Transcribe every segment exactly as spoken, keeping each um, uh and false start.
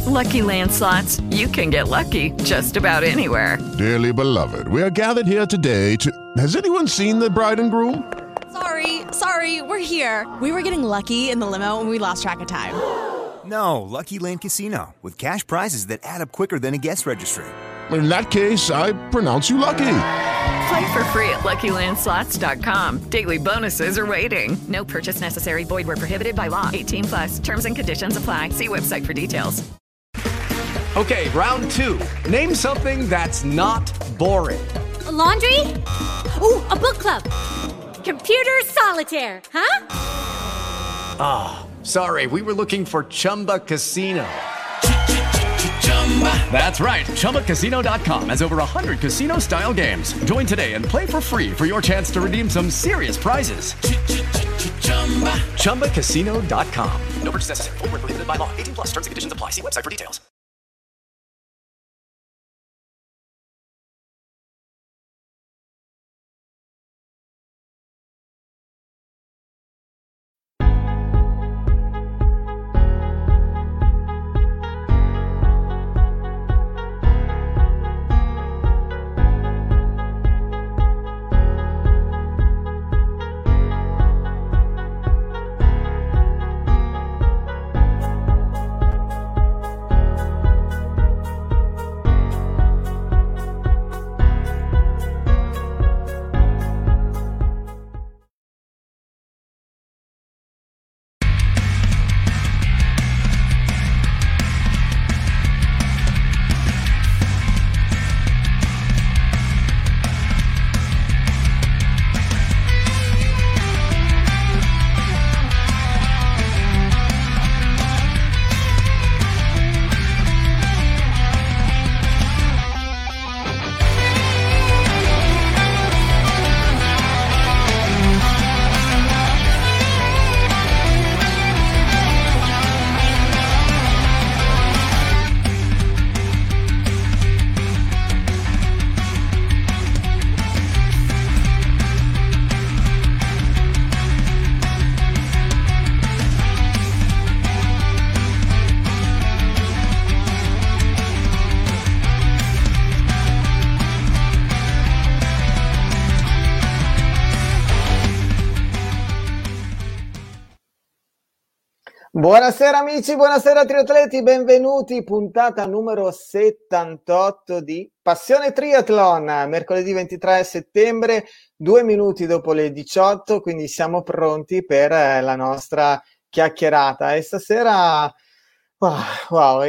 Lucky Land Slots, you can get lucky just about anywhere. Dearly beloved, we are gathered here today to... Has anyone seen the bride and groom? Sorry, sorry, we're here. We were getting lucky in the limo and we lost track of time. No, Lucky Land Casino, with cash prizes that add up quicker than a guest registry. In that case, I pronounce you lucky. Play for free at Lucky Land Slots dot com. Daily bonuses are waiting. No purchase necessary. Void where prohibited by law. eighteen plus. Terms and conditions apply. See website for details. Okay, round two. Name something that's not boring. A laundry? Ooh, a book club. Computer solitaire, huh? Ah, oh, sorry. We were looking for Chumba Casino. That's right. Chumba Casino dot com has over one hundred casino-style games. Join today and play for free for your chance to redeem some serious prizes. Chumba Casino dot com. No purchase necessary. Void where prohibited by law. eighteen plus. Terms and conditions apply. See website for details. Buonasera amici, buonasera triatleti, benvenuti, puntata numero settantotto di Passione Triathlon, mercoledì ventitré settembre, due minuti dopo le diciotto, quindi siamo pronti per la nostra chiacchierata e stasera, wow, wow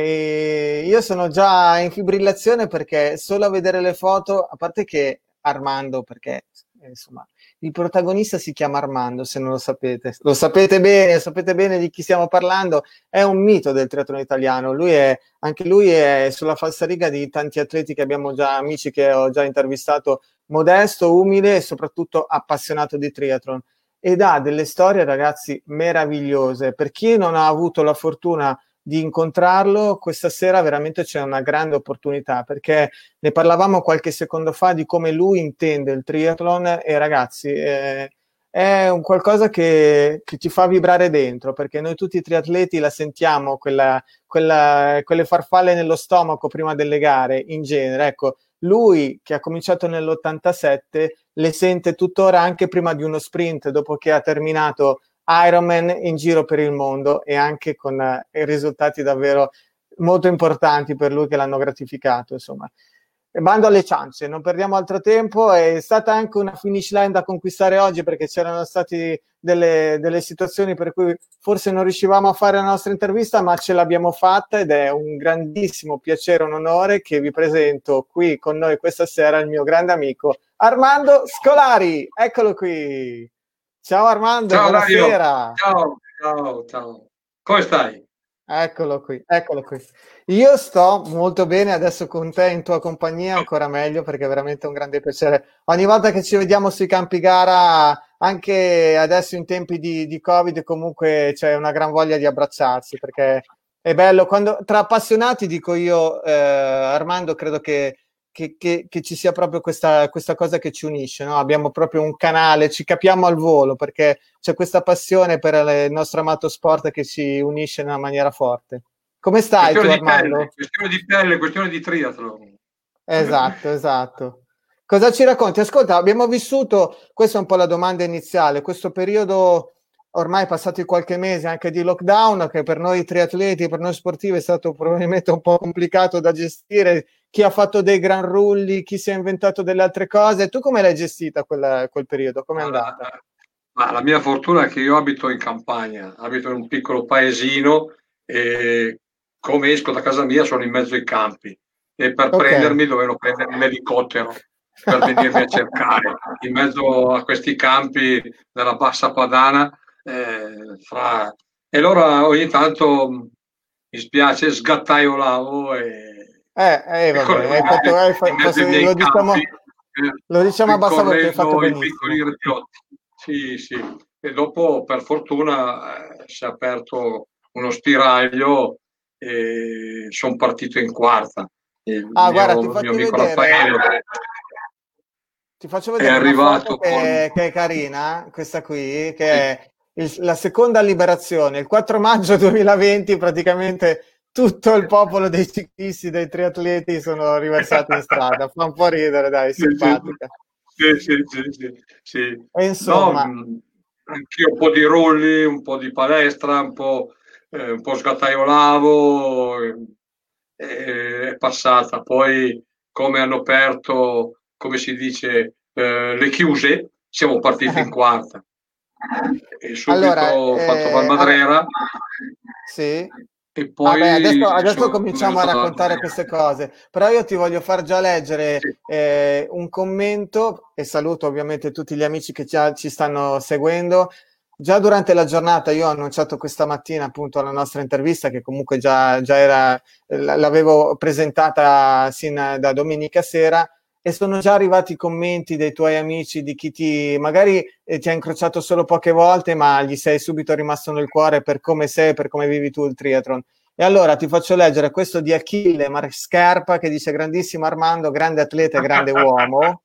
e io sono già in fibrillazione perché solo a vedere le foto, a parte che Armando, perché insomma... Il protagonista si chiama Armando, se non lo sapete. Lo sapete bene, sapete bene di chi stiamo parlando. È un mito del triathlon italiano. Lui è, anche lui è sulla falsariga di tanti atleti che abbiamo già, amici che ho già intervistato, modesto, umile e soprattutto appassionato di triathlon. Ed ha delle storie, ragazzi, meravigliose. Per chi non ha avuto la fortuna di incontrarlo, questa sera veramente c'è una grande opportunità, perché ne parlavamo qualche secondo fa di come lui intende il triathlon e ragazzi eh, è un qualcosa che, che ci fa vibrare dentro, perché noi tutti i triatleti la sentiamo quella, quella, quelle farfalle nello stomaco prima delle gare in genere. Ecco, lui che ha cominciato nell'ottantasette le sente tuttora anche prima di uno sprint, dopo che ha terminato Ironman in giro per il mondo e anche con eh, risultati davvero molto importanti per lui che l'hanno gratificato, insomma. E bando alle ciance, non perdiamo altro tempo. È stata anche una finish line da conquistare oggi, perché c'erano state delle, delle situazioni per cui forse non riuscivamo a fare la nostra intervista, ma ce l'abbiamo fatta ed è un grandissimo piacere, un onore che vi presento qui con noi questa sera il mio grande amico Armando Scolari. Eccolo qui. Ciao Armando, ciao, buonasera. Ciao, ciao, ciao. Come stai? Eccolo qui, eccolo qui. Io sto molto bene adesso con te in tua compagnia, ancora meglio, perché è veramente un grande piacere. Ogni volta che ci vediamo sui campi gara, anche adesso in tempi di, di Covid, comunque c'è una gran voglia di abbracciarsi, perché è bello. Quando, tra appassionati, dico io, eh, Armando, credo che Che, che, che ci sia proprio questa, questa cosa che ci unisce, no? Abbiamo proprio un canale, ci capiamo al volo perché c'è questa passione per il nostro amato sport che ci unisce in una maniera forte. Come stai tu, Questione di Armando? pelle, questione di pelle, questione di triathlon. Esatto, esatto. Cosa ci racconti? Ascolta, abbiamo vissuto, questa è un po' la domanda iniziale, questo periodo ormai passati qualche mese anche di lockdown, che per noi triatleti, per noi sportivi è stato probabilmente un po' complicato da gestire, chi ha fatto dei gran rulli, chi si è inventato delle altre cose. Tu come l'hai gestita quella, quel periodo? Com'è andata? Ma la mia fortuna è che io abito in campagna, abito in un piccolo paesino e come esco da casa mia sono in mezzo ai campi e per Ok. prendermi dovevano prendermi l'elicottero per venirmi a cercare in mezzo a questi campi della Bassa Padana. Eh, fra... E allora ogni tanto mi spiace, sgattaiolavo e, Eh, eh, e vabbè, correvo hai in fatto, hai mezzo, fa- in mezzo ai forse miei lo diciamo, campi, eh, lo diciamo a bassa voce, hai fatto rincorrendo i piccoli benissimo. grattiotti. Sì, sì. E dopo, per fortuna, eh, si è aperto uno spiraglio e sono partito in quarta. Il Ah, guarda, ti mio, mio faccio amico vedere, Raffaele ti faccio è vedere una arrivato foto che, con... che è carina, questa qui, che Sì, è il- la seconda liberazione, il quattro maggio duemilaventi, praticamente tutto il popolo dei ciclisti, dei triatleti sono riversati in strada. Fa un po' ridere, dai, sì, sì, simpatica. sì, sì, sì, sì, sì. E No, insomma, mh, anch'io un po' di rulli, un po' di palestra, un po', eh, un po' sgattaiolavo, eh, eh, è passata. Poi, come hanno aperto, come si dice, eh, le chiuse, siamo partiti in quarta. E subito allora, ho fatto eh, Valmadrera sì. e Ah beh, adesso, poi adesso sono cominciamo a venuto da... raccontare queste cose, però io ti voglio far già leggere Sì, eh, un commento e saluto ovviamente tutti gli amici che già ci stanno seguendo. Già durante la giornata io ho annunciato questa mattina appunto la nostra intervista che comunque già, già era, l- l'avevo presentata sin da domenica sera e sono già arrivati i commenti dei tuoi amici, di chi ti magari eh, ti ha incrociato solo poche volte ma gli sei subito rimasto nel cuore per come sei, per come vivi tu il triathlon. E allora ti faccio leggere questo di Achille Mar- Scarpa che dice: grandissimo Armando, grande atleta e grande uomo.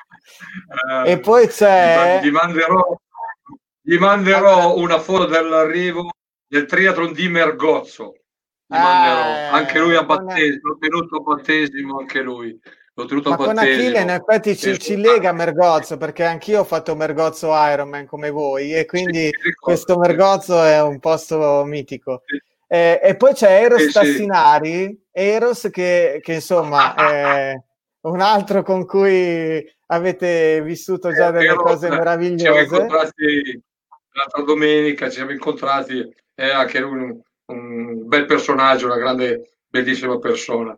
E Eh, poi gli, man- c'è gli manderò, gli allora, manderò una foto dell'arrivo del triathlon di Mergozzo. Gli manderò. Anche lui eh, a con, battesimo, l'ho tenuto a battesimo, anche lui. L'ho tenuto a ma con Achille in battesimo. effetti E ci, ci sono- lega Mergozzo, perché anch'io ho fatto Mergozzo Ironman come voi e Sì, quindi mi ricordo, questo sì. Mergozzo è un posto mitico. Sì, Eh, e poi c'è Eros sì, sì. Tassinari, Eros che, che insomma è un altro con cui avete vissuto già delle Ero- cose Ci siamo meravigliose. incontrati l'altra domenica, ci siamo incontrati, è anche lui un, un bel personaggio, una grande, bellissima persona.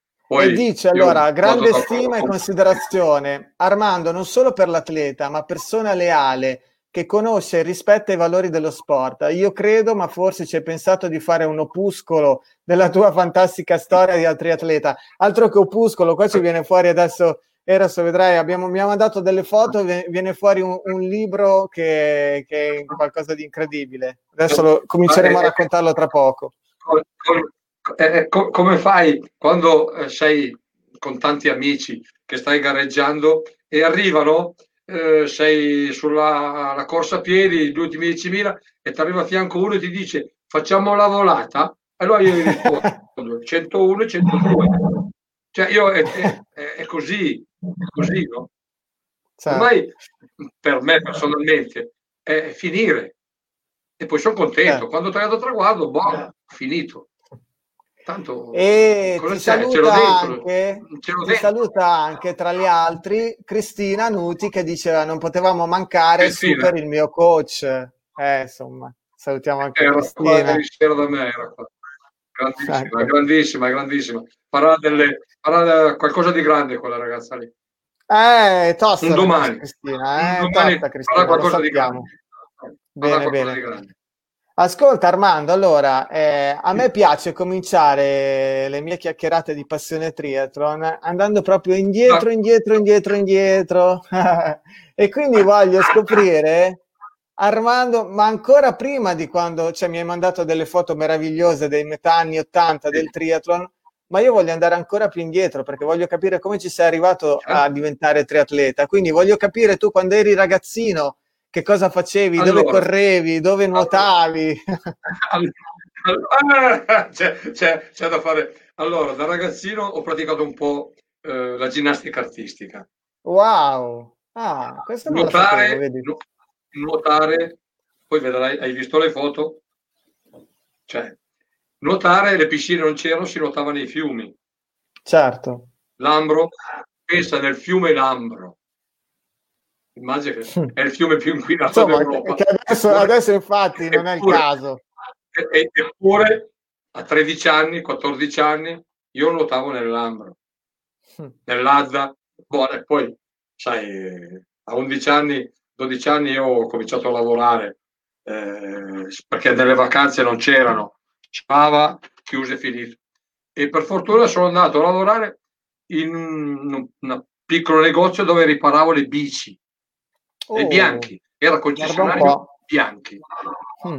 E Poi dice io allora, vado grande d'accordo stima e con... considerazione, Armando, non solo per l'atleta, ma persona leale, che conosce e rispetta i valori dello sport. Io credo, ma forse ci hai pensato di fare un opuscolo della tua fantastica storia di triatleta. Altro che opuscolo, qua ci viene fuori adesso, Eros, vedrai, abbiamo, mi ha mandato delle foto, viene fuori un, un libro che, che è qualcosa di incredibile. Adesso lo, cominceremo a raccontarlo tra poco. Con- con- eh, co- come fai quando eh, sei con tanti amici che stai gareggiando e arrivano, eh, sei sulla la corsa a piedi, gli ultimi diecimila e ti arriva a fianco uno e ti dice facciamo la volata? Allora io gli rispondo centouno e centodue. Cioè io è, è- è così, è così, no? Certo. Ormai per me personalmente è finire e poi sono contento. Certo. Quando ho tagliato il traguardo, boh, finito. Tanto E cosa ti c'è? Ce l'ho saluta dentro. anche, Ce l'ho ti dentro. saluta anche tra gli altri Cristina Nuti che diceva non potevamo mancare, Cristina. super il mio coach. Eh, insomma, salutiamo anche Era qua Cristina. ieri sera da me, era qua. Grandissima, Ecco. grandissima, grandissima. Farà, delle, farà qualcosa di grande quella ragazza lì. Eh, è tosta Un la nostra domani. Cristina, eh, Un è domani tosta farà Cristina, lo qualcosa di sappiamo. grande. Farà Bene, qualcosa bene. di grande. Ascolta Armando, allora, eh, a me piace cominciare le mie chiacchierate di passione triathlon andando proprio indietro, indietro, indietro, indietro. E quindi voglio scoprire, Armando, ma ancora prima di quando cioè, mi hai mandato delle foto meravigliose dei metà anni ottanta del triathlon, ma io voglio andare ancora più indietro perché voglio capire come ci sei arrivato a diventare triatleta. Quindi voglio capire tu quando eri ragazzino che cosa facevi, dove Allora, correvi, dove nuotavi. Allora, c'è, c'è, c'è da fare. Allora, da ragazzino ho praticato un po' eh, la ginnastica artistica. Wow! Ah, questo non lo sapevo, Nuotare, vedi? nu- nuotare, poi vedrai, hai visto le foto? Cioè, nuotare, le piscine non c'erano, si nuotava nei fiumi. Certo. Lambro, pensa nel fiume Lambro. Immagina che è il fiume più inquinato Insomma, d'Europa. che adesso, Eppure- adesso infatti non è il eppure- caso. e- e- Eppure a tredici anni, quattordici anni, io nuotavo nel Lambro, Mm. nell'Adda. Boh, e poi, sai, a undici anni, dodici anni io ho cominciato a lavorare, eh, perché nelle vacanze non c'erano. Ciava, chiuso e finito. E per fortuna sono andato a lavorare in un, un piccolo negozio dove riparavo le bici. Oh, Le Bianchi, era guarda un concessionario po'. Bianchi. Mm.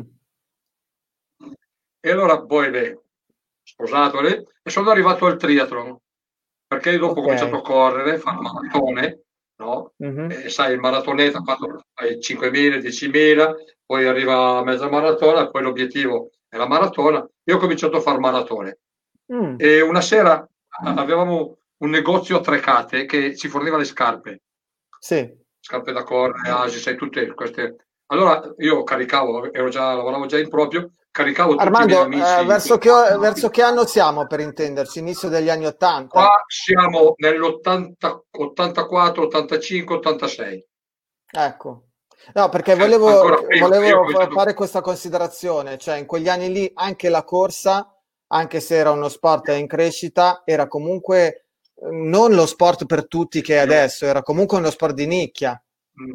E allora poi beh, sposato lì, e sono arrivato al triathlon, perché dopo Ok. ho cominciato a correre, fare maratone, no? Mhm. E sai, il maratoneta, quando fai cinquemila, diecimila, poi arriva a mezza maratona, poi l'obiettivo è la maratona. Io ho cominciato a fare maratone. Mm. E una sera avevamo un negozio a Trecate che ci forniva le scarpe. Sì. Scarpe da correre, Asi, sai, tutte queste. Allora io caricavo, ero già, lavoravo già in proprio, caricavo tutti Armando, i miei amici. eh, verso, che, verso che anno siamo per intenderci? Inizio degli anni Ottanta? Qua siamo nell'ottanta, ottantaquattro, ottantacinque, ottantasei. Ecco. No, perché Eh, volevo, ancora prima, io ho volevo cominciato- fare questa considerazione, cioè in quegli anni lì anche la corsa, anche se era uno sport in crescita, era comunque eh, non lo sport per tutti che è adesso, era comunque uno sport di nicchia. Mm.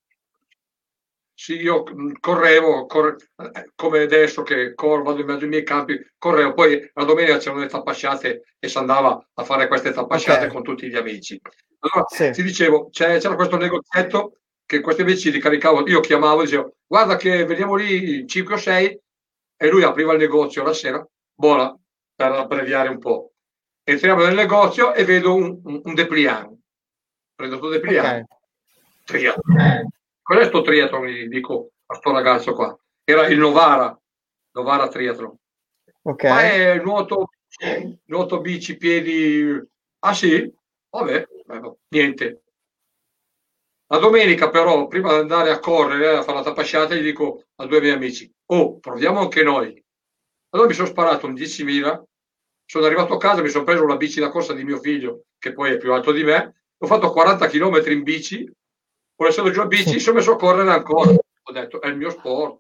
Sì, io mm, correvo, corre- eh, come adesso che corro, vado in mezzo ai miei campi, correvo, poi la domenica c'erano le tappasciate e si andava a fare queste tappasciate Ok. con tutti gli amici. Allora, Sì. ti dicevo, c'è- c'era questo negozietto che questi amici li caricavo, io chiamavo e dicevo, guarda che veniamo lì cinque o sei, e lui apriva il negozio la sera, buona, per abbreviare un po'. Entriamo nel negozio e vedo un, un, un dépliant. Prendo tutto dépliant. Ok. Triathlon. Qual è sto triathlon? Gli dico a sto ragazzo qua. Era il Novara, Novara Triathlon. Ok. Ma è nuoto, nuoto, bici, piedi. Ah sì? Vabbè, vabbè, niente. La domenica però, prima di andare a correre, a fare la tappasciata, gli dico a due miei amici, oh, proviamo anche noi. Allora mi sono sparato un diecimila, sono arrivato a casa, mi sono preso la bici da corsa di mio figlio, che poi è più alto di me, ho fatto quaranta chilometri in bici, ho lasciato giù la bici, sono messo a correre ancora. Ho detto, è il mio sport.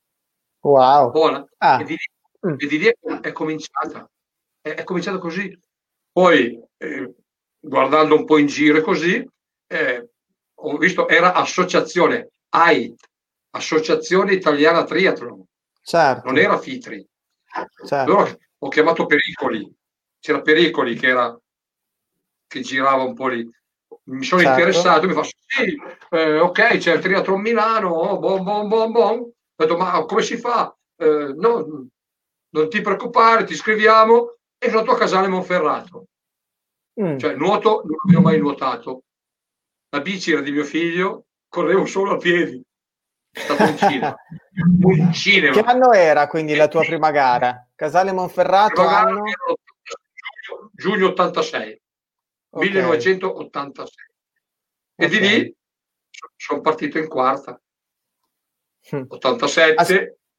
Wow. Buona. Ah. E, di Mm. lì, e di lì è cominciata. È, è cominciata così. Poi, eh, guardando un po' in giro e così, eh, ho visto, era associazione, A I T, Associazione Italiana Triathlon, Certo. non era Fitri. Certo. Allora ho chiamato Pericoli, c'era Pericoli che era che girava un po' lì. Mi sono Certo. interessato, mi fa sì, eh, ok, c'è il triathlon Milano, oh, bom, bom, bom, bom. Ho detto, ma come si fa? Eh, no, non ti preoccupare, ti iscriviamo. E sono andato a Casale Monferrato. Mm. Cioè, nuoto non avevo mai nuotato. La bici era di mio figlio, correvo solo a piedi. È stato un cinema. Un cinema. Che anno era quindi la tua prima gara? Casale Monferrato, Prima gara anno? era giugno, giugno ottantasei. Ok. millenovecentottantasei. E Ok. di lì sono partito in quarta. Mm. ottantasette. As-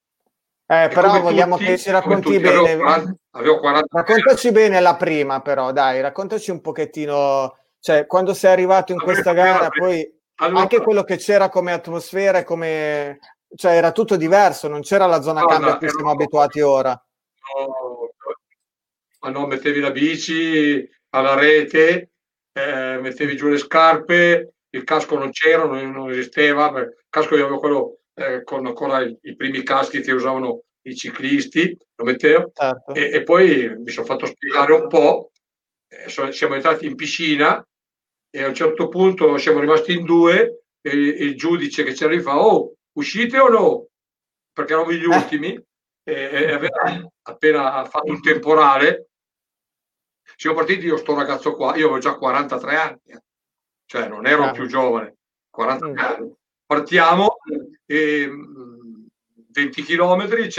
Eh, E però come vogliamo tutti- che ci come racconti tutti, bene. Avevo quaranta, avevo quaranta. Raccontaci bene la prima, però, dai, raccontaci un pochettino, cioè, quando sei arrivato in Vabbè, questa vabbè, gara, vabbè. poi Allora- anche quello che c'era come atmosfera e come, cioè, era tutto diverso, non c'era la zona Guarda, cambio a cui era- siamo abituati ora. No, ma no, mettevi la bici alla rete, eh, mettevi giù le scarpe, il casco non c'era, non, non esisteva. Il casco io avevo quello eh, con ancora i, i primi caschi che usavano i ciclisti, lo mettevo. Certo. E, e poi mi sono fatto spiegare un po', eh, so- siamo entrati in piscina e a un certo punto siamo rimasti in due e il, il giudice che c'era lì fa, oh, uscite o no? Perché eravamo gli Eh. ultimi e, e aveva appena fatto un temporale. Siamo partiti, io sto ragazzo qua, io avevo già quarantatré anni, eh. Cioè non ero Ah. più giovane, quarantatré Mm. anni. Partiamo e mh, venti chilometri, c'era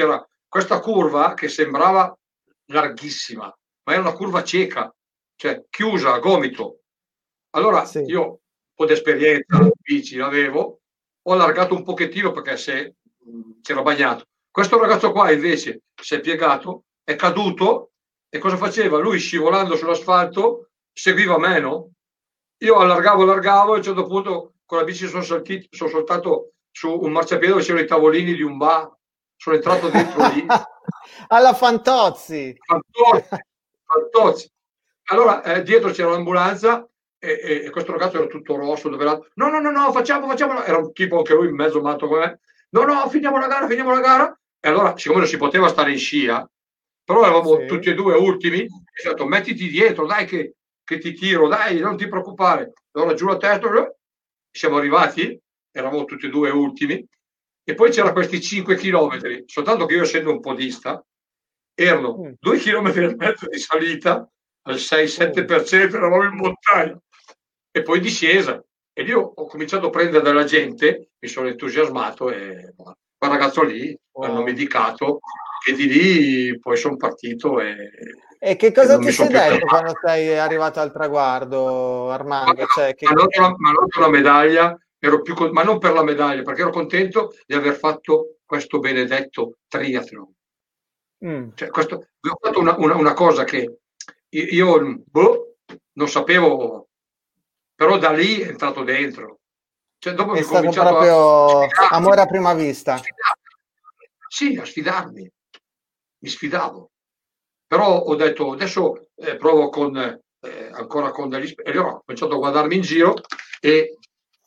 questa curva che sembrava larghissima, ma era una curva cieca, cioè chiusa a gomito. Allora Sì. io un po' di esperienza, bici l'avevo, ho allargato un pochettino perché se c'era bagnato. Questo ragazzo qua invece si è piegato, è caduto e cosa faceva? Lui scivolando sull'asfalto seguiva me, no? Io allargavo, allargavo e a un certo punto con la bici sono, saltito, sono saltato su un marciapiede dove c'erano i tavolini di un bar, sono entrato dentro lì. Alla Fantozzi. Fantozzi, Fantozzi. Allora eh, dietro c'era l'ambulanza e, e, e questo ragazzo era tutto rosso, dove era, no, no, no, no, facciamo, facciamo, era un tipo anche lui mezzo matto come me, no, no, finiamo la gara, finiamo la gara. E allora, siccome non si poteva stare in scia, però eravamo Sì. tutti e due ultimi, ho detto, mettiti dietro, dai che, che ti tiro, dai, non ti preoccupare. Allora giù la testa, siamo arrivati, eravamo tutti e due ultimi, e poi c'era questi cinque chilometri, soltanto che io essendo un podista, erano Mm. due chilometri e mezzo di salita, al sei sette per cento eravamo in montagna, e poi discesa. E io ho cominciato a prendere dalla gente, mi sono entusiasmato e quel ragazzo lì Wow. hanno medicato e di lì poi sono partito e, E che cosa e non ti mi sei son più detto fermato. quando sei arrivato al traguardo, Armando? Cioè, che... Mi hanno dato una, mi hanno dato una medaglia, ero più con- ma non per la medaglia, perché ero contento di aver fatto questo benedetto triathlon. Mm. Cioè, questo, ho fatto una, una, una cosa che io, io boh, non sapevo, però da lì è entrato dentro. Cioè, dopo È che ho stato cominciato proprio a sfidarmi, amore a prima vista. a sfidarmi. Sì, a sfidarmi, mi sfidavo. Però ho detto adesso eh, provo con eh, ancora con degli e allora ho cominciato a guardarmi in giro e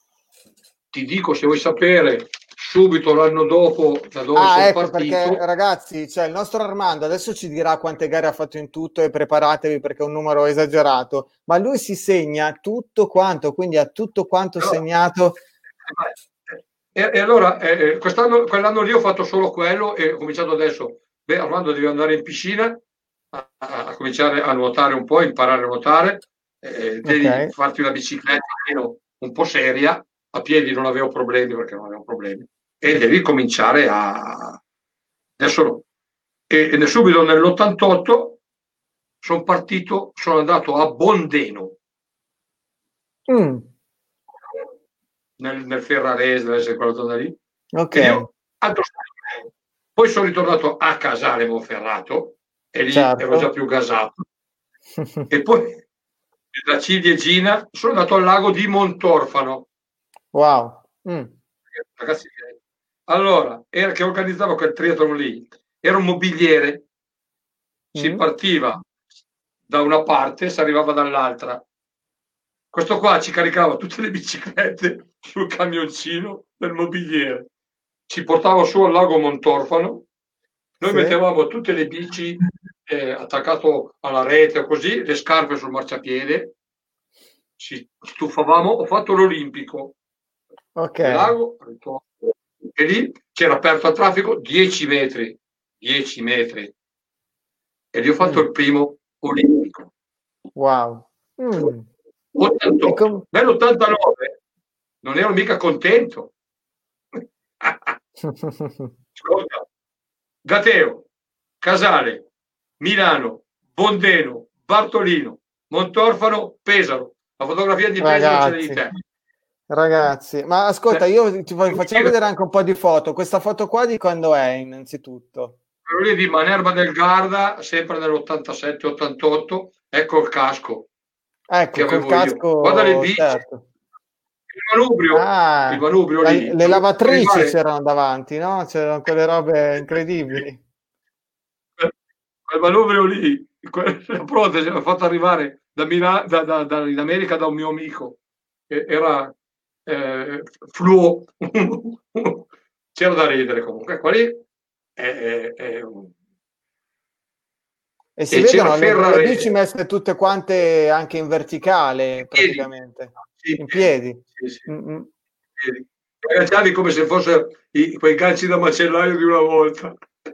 ti dico, se vuoi sapere, subito l'anno dopo da dove Ah, sono ecco, partito. perché ragazzi, cioè il nostro Armando adesso ci dirà quante gare ha fatto in tutto e preparatevi perché è un numero esagerato, ma lui si segna tutto quanto, quindi ha tutto quanto Allora, segnato. E, e allora eh, quest'anno, quell'anno lì ho fatto solo quello e ho cominciato adesso. Beh, Armando, devi andare in piscina a, a- a cominciare a nuotare un po', imparare a nuotare, eh, devi Ok. farti una bicicletta almeno un po' seria, a piedi non avevo problemi perché non avevo problemi, e devi cominciare a... Adesso no. E, e subito nell'ottantotto sono partito, sono andato a Bondeno, Mm, nel, nel Ferrarese, deve essere quella zona lì. ok. E io addosso- poi sono ritornato a Casale Monferrato e lì Certo. ero già più gasato. E poi da Ciliegina sono andato al lago di Montorfano. Wow. Mm. Ragazzi, allora, era che organizzavo quel triathlon lì, era un mobiliere, si Mm. partiva da una parte, si arrivava dall'altra. Questo qua ci caricava tutte le biciclette sul camioncino del mobiliere, ci portava su al lago Montorfano, noi Sì. mettevamo tutte le bici eh, attaccato alla rete o così, le scarpe sul marciapiede, ci stufavamo, ho fatto l'olimpico, Ok. il lago, ritorno, e lì c'era aperto al traffico dieci metri, dieci metri, e lì ho fatto Mm. il primo olimpico. Wow. Mm. ottantotto. E com- Nell'ottantanove non ero mica contento. Ascolta, Gateo, Casale, Milano, Bondeno, Bartolino, Montorfano, Pesaro. La fotografia di Pesaro ce l'hai di Ragazzi, te. ragazzi, ma ascolta, Eh, io ti fa- facciamo sì. vedere anche un po' di foto. Questa foto qua di quando è, innanzitutto? Quello lì di Manerba del Garda, sempre nell'ottantasette ottantotto, ecco il casco Ecco, che col avevo io. casco, Guarda le bici, certo. il manubrio, Ah, il manubrio la- lì. le dovevo lavatrici arrivare- c'erano davanti, no? C'erano quelle robe incredibili. quel manubrio lì, que- la protesi l'ho fatta arrivare da Milano, da, da, da, in America da un mio amico, che era eh, fluo, c'era da ridere comunque. Qua lì è, è, è un... E si E vedono c'era le, le Ferrarese. bici messe tutte quante anche in verticale, In piedi. praticamente. Sì, In piedi. sì, sì. Mm-mm. Piedi. Agganciavi come se fossero i- quei ganci da macellaio di una volta.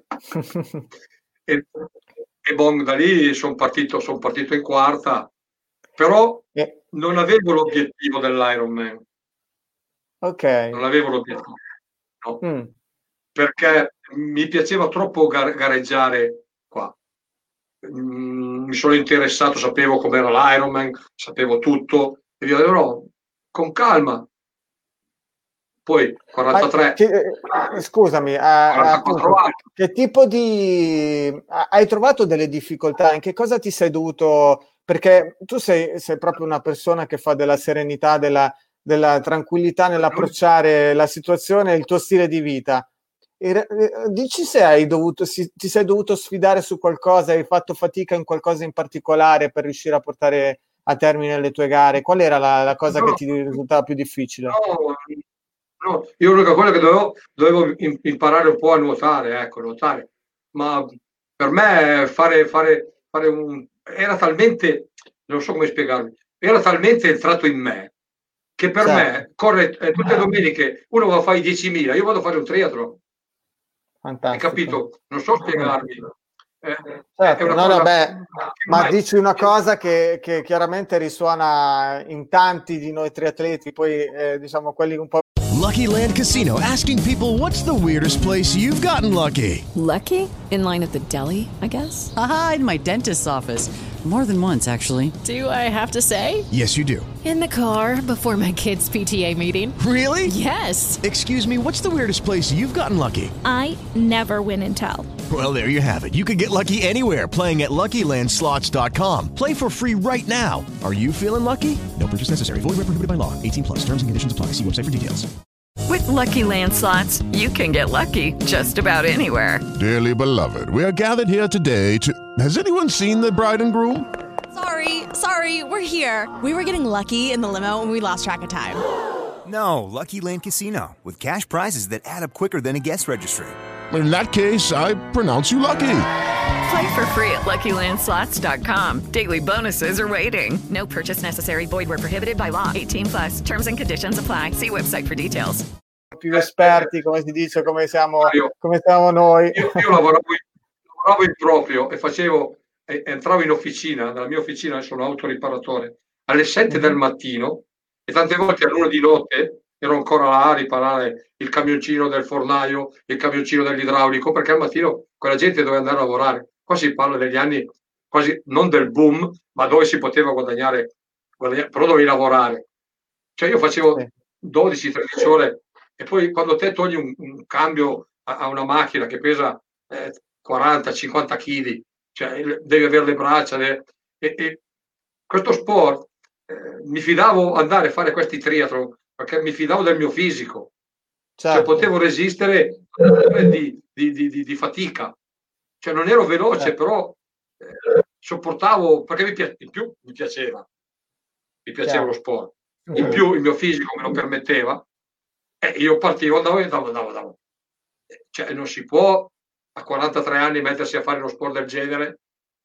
E, e bon, da lì sono partito, son partito in quarta, però Eh, non avevo l'obiettivo dell'Ironman, ok. non avevo l'obiettivo. No. Mm. perché mi piaceva troppo gar- gareggiare qua. Mm, mi sono interessato, sapevo com'era l'Ironman, sapevo tutto, e io però con calma. Poi quarantatré. Che, eh, scusami, eh, appunto, che tipo di... hai trovato delle difficoltà? In che cosa ti sei dovuto... Perché tu sei, sei proprio una persona che fa della serenità, della, della tranquillità nell'approcciare la situazione, il tuo stile di vita. E, dici se hai dovuto, si, ti sei dovuto sfidare su qualcosa, hai fatto fatica in qualcosa in particolare per riuscire a portare a termine le tue gare? Qual era la, la cosa no, che ti risultava più difficile? No, no, io l'unica cosa che dovevo, dovevo imparare un po' a nuotare, ecco, nuotare. Ma per me fare, fare, fare un... era talmente, non so come spiegarmi, era talmente entrato in me che per certo. me corre eh, tutte le domeniche, uno va a fare i diecimila, io vado a fare un triathlon. Fantastico. Hai capito? Non so spiegarmi. Eh, certo, è una no, cosa... no, beh, ma mai... dici una cosa che, che chiaramente risuona in tanti di noi triatleti, poi eh, diciamo quelli un po'. Lucky Land Casino, asking people, what's the weirdest place you've gotten lucky? Lucky? In line at the deli, I guess? Aha, in my dentist's office. More than once, actually. Do I have to say? Yes, you do. In the car before my kids' P T A meeting. Really? Yes. Excuse me, what's the weirdest place you've gotten lucky? I never win and tell. Well, there you have it. You can get lucky anywhere, playing at Lucky Land Slots dot com. Play for free right now. Are you feeling lucky? No purchase necessary. Void where prohibited by law. eighteen plus. Terms and conditions apply. See website for details. With Lucky Land Slots, you can get lucky just about anywhere. Dearly beloved, we are gathered here today to... Has anyone seen the bride and groom? Sorry, sorry, we're here. We were getting lucky in the limo and we lost track of time. No, Lucky Land Casino, with cash prizes that add up quicker than a guest registry. In that case, I pronounce you lucky. Play for free at Lucky Land Slots dot com. Daily bonuses are waiting. No purchase necessary. Void where prohibited by law. eighteen plus. Terms and conditions apply. See website for details. Più esperti, come si dice, come siamo, io, come siamo noi. Io, io lavoravo, in, lavoravo in proprio e facevo, eh, entravo in officina, nella mia officina, sono autoriparatore, alle sette del mattino e tante volte all'una di notte ero ancora là a riparare il camioncino del fornaio, il camioncino dell'idraulico, perché al mattino quella gente doveva andare a lavorare. Qua si parla degli anni quasi non del boom, ma dove si poteva guadagnare, guadagnare però dovevi lavorare. Cioè io facevo dodici tredici ore e poi quando te togli un, un cambio a, a una macchina che pesa eh, quaranta cinquanta chili, cioè devi avere le braccia, le, e, e questo sport eh, mi fidavo andare a fare questi triathlon perché mi fidavo del mio fisico, certo. Cioè potevo resistere di, di, di, di, di fatica, cioè non ero veloce, certo. Però eh, sopportavo perché mi pi- in più mi piaceva, mi piaceva certo. Lo sport, in più il mio fisico me lo permetteva e io partivo, andavo e andavo, andavo, andavo. Cioè non si può a quarantatré anni mettersi a fare uno sport del genere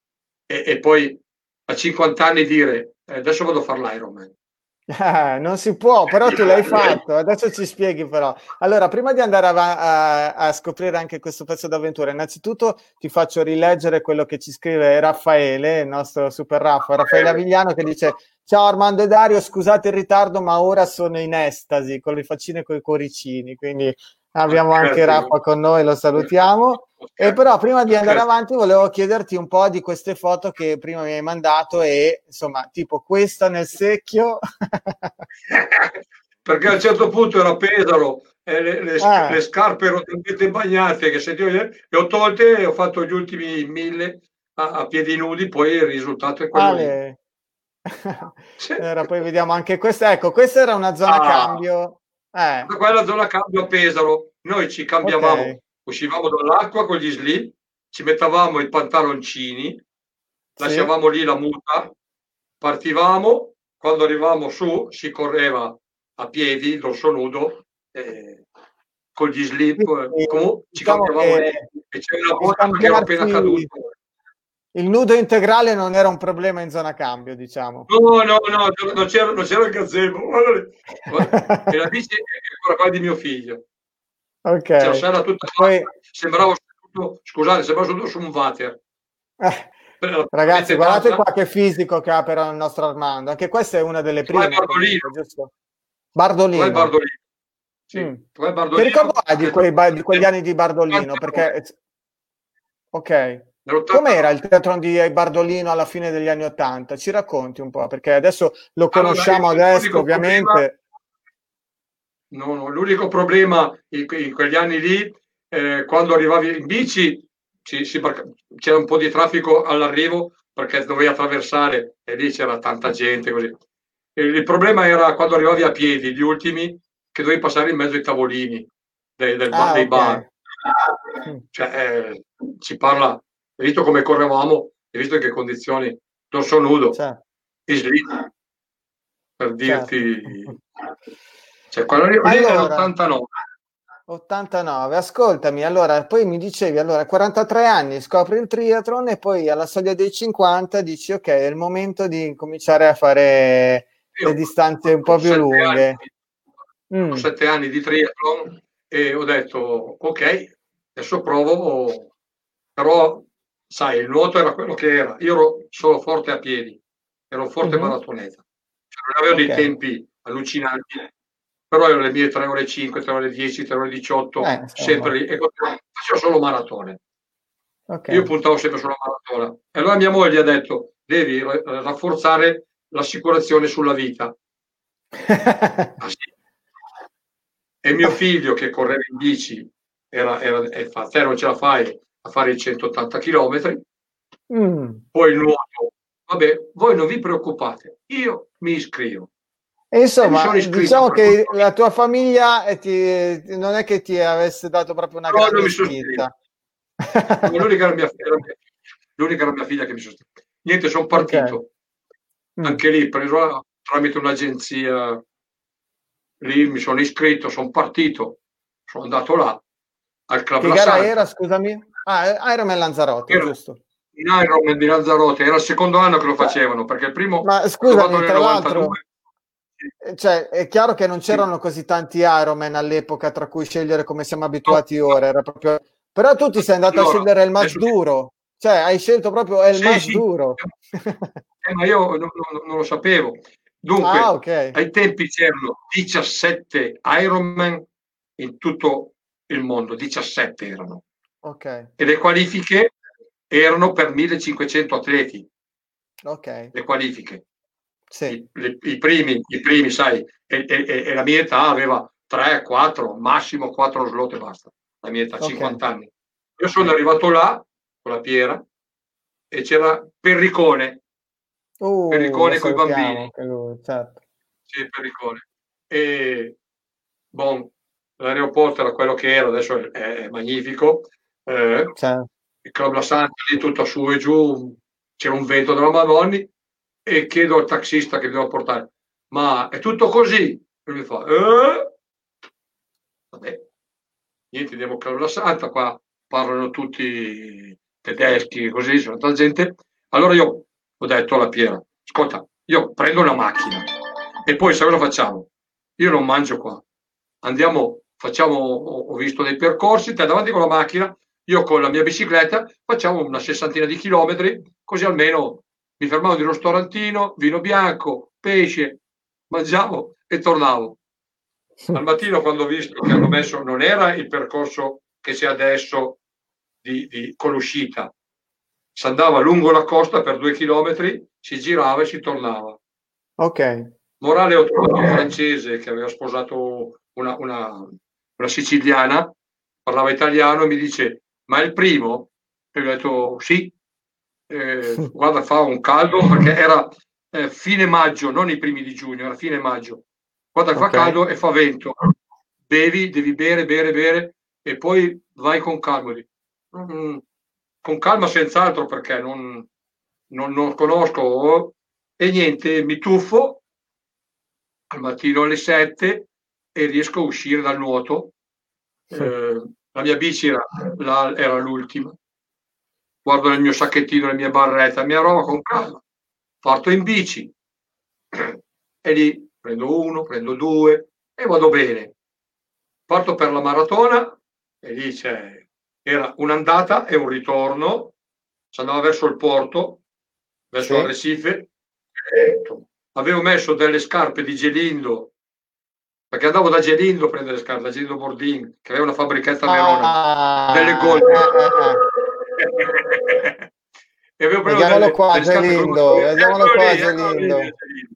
e, e poi a cinquanta anni dire eh, adesso vado a fare l'Ironman. Eh, non si può, però tu l'hai fatto, adesso ci spieghi però. Allora, prima di andare a, a, a scoprire anche questo pezzo d'avventura, innanzitutto ti faccio rileggere quello che ci scrive Raffaele, il nostro super Raffa, Raffaele Avigliano, che dice: ciao Armando e Dario, scusate il ritardo, ma ora sono in estasi con le faccine e con i cuoricini, quindi abbiamo anche Raffa con noi, lo salutiamo. E però prima di andare avanti volevo chiederti un po' di queste foto che prima mi hai mandato e insomma tipo questa nel secchio perché a un certo punto era Pesaro e le, le, eh. le scarpe erano talmente bagnate che se io le ho tolte e ho fatto gli ultimi mille a, a piedi nudi, poi il risultato è quello vale. Lì. Allora, poi vediamo anche questa, ecco, questa era una zona ah. cambio eh. Quella zona cambio a Pesaro, noi ci cambiavamo, okay. Uscivamo dall'acqua con gli slip, ci mettavamo i pantaloncini, sì. Lasciavamo lì la muta, partivamo, quando arrivavamo su si correva a piedi, dorso nudo, eh, con gli slip, sì, comunque ci diciamo cambiavamo lì e c'è una volta che era appena caduto. Il nudo integrale non era un problema in zona cambio, diciamo. No, no, no, non c'era, non c'era il gazebo. E la bici è ancora qua di mio figlio. Ok. Cioè, c'era tutta poi... sembravo seduto, scusate, sembravo seduto su un water. Eh, ragazzi, guardate qua che fisico che ha però il nostro Armando. Anche questa è una delle prime. Bardolino. Giusto? Bardolino. Bardolino. Sì. Mm. Poi Che Bardolino, ricordo hai di, che- quei, ba- di quegli anni di Bardolino? Perché, ok, nell'ottantanove com'era il teatro di Bardolino alla fine degli anni Ottanta? Ci racconti un po', perché adesso lo conosciamo Allora, adesso, l'unico problema, ovviamente. no, no, l'unico problema in, que- in quegli anni lì, eh, quando arrivavi in bici, ci- si barca- c'era un po' di traffico all'arrivo perché dovevi attraversare e lì c'era tanta gente così. E il problema era quando arrivavi a piedi, gli ultimi, che dovevi passare in mezzo ai tavolini dei, del ba- Ah, dei ok. bar. Mm. Cioè, eh, si parla, hai visto come correvamo, hai visto in che condizioni, dorso nudo, Certo, e slitta, per certo. dirti. Cioè, quello lì, lì è Allora, l'ottantanove. ottantanove, ascoltami, allora, poi mi dicevi, allora, quarantatré anni, scopri il triathlon e poi alla soglia dei cinquanta dici, ok, è il momento di cominciare a fare Io le distanze un po' ho più sette lunghe. anni, Mm. ho sette anni di triathlon e ho detto, ok, adesso provo, però, sai, il nuoto era quello che era. Io ero solo forte a piedi, ero un forte Mhm. maratoneta. Cioè, non avevo Ok. dei tempi allucinanti, però ero le mie tre ore e cinque, tre ore e dieci, tre ore e diciotto, Eh, insomma, sempre lì, e facevo solo maratone. ok. Io puntavo sempre sulla maratona. E allora mia moglie ha detto, devi ra- rafforzare l'assicurazione sulla vita. Ah, sì. E mio figlio che correva in bici, era, era, e fa, te non ce la fai a fare i centottanta chilometri, Mm. poi il nuoto, vabbè, voi non vi preoccupate, io mi iscrivo. E E mi insomma, sono iscritto. diciamo che la tua famiglia eh, ti- non è che ti avesse dato proprio una No, non grande mi sono spinta. No, l'unica era mia, era mia, l'unica era mia figlia che mi sostiene. Niente, sono partito. Ok. Mm. Anche lì, preso tramite un'agenzia, lì mi sono iscritto, sono partito, sono andato là, al Club Che La gara Santa. era, scusami? Ah, Ironman Lanzarote, Era giusto? in Ironman di Lanzarote, era il secondo anno che lo facevano, perché il primo Ma l'ho scusami, fatto nel tra l'altro, novantadue. eh, cioè, è chiaro che non c'erano così tanti Ironman all'epoca tra cui scegliere come siamo abituati No, ora, era proprio... però tu ti sei andato allora, a scegliere il match adesso- duro, cioè hai scelto proprio il Sì, match sì. duro. Eh, ma io non, non- non lo sapevo. Dunque, Ah, ok. ai tempi c'erano diciassette Ironman in tutto il mondo, diciassette erano. Ok, E le qualifiche erano per millecinquecento atleti, ok, le qualifiche. sì, I, le- i primi, i primi, sai, e, e- e la mia età aveva tre, quattro, massimo quattro slot e basta. La mia età, ok. cinquanta anni. Io sono arrivato là con la Piera e c'era Perricone, Uh, Perricone lo coi salutiamo bambini. anche lui, certo. Sì, Perricone. E bon, l'aeroporto era quello che era, adesso è, è magnifico. Eh, Certo. il Club La Santa lì tutto su e giù, c'era un vento della Madonna e chiedo al taxista che devo portare, ma è tutto così? E mi fa, eh? Vabbè, niente, andiamo al Club La Santa, qua parlano tutti tedeschi, così, sono tanta gente. Allora io ho detto alla Piera, ascolta, io prendo una macchina e poi se cosa facciamo? Io non mangio qua, andiamo, facciamo, ho, ho visto dei percorsi, te davanti con la macchina, io con la mia bicicletta, facciamo una sessantina di chilometri, così almeno mi fermavo di un ristorantino, vino bianco, pesce, mangiavo e tornavo. Al mattino quando ho visto che hanno messo, non era il percorso che c'è adesso di, di, con l'uscita, si andava lungo la costa per due chilometri, si girava e si tornava. Ok. Morale, ho trovato un francese che aveva sposato una, una, una siciliana, parlava italiano e mi dice, ma è il primo? E io ho detto sì, eh, guarda, fa un caldo perché era eh, fine maggio, non i primi di giugno, era fine maggio. Guarda, fa Ok. caldo e fa vento. Bevi, devi bere, bere, bere e poi vai con calma. Mm, con calma senz'altro perché non, non, non conosco e niente, mi tuffo al mattino alle sette e riesco a uscire dal nuoto. Eh, la mia bici era, la, era l'ultima. Guardo nel mio sacchettino, la mia barretta, la mia roba con calma. Parto in bici e lì prendo uno, prendo due e vado bene. Parto per la maratona e lì c'è, era un'andata e un ritorno. Si andava verso il porto, verso Sì. Arrecife. E avevo messo delle scarpe di Gelindo perché andavo da Gelindo a prendere le scarpe, da Gelindo Bordin, che aveva una fabbrichetta a Verona, Ah, delle Gold. eh, eh, eh. E avevo preso Vediamolo delle, qua, delle scarpe Gelindo, con- vediamolo eccolo qua, lì, eccolo lì, Gelindo. Gelindo.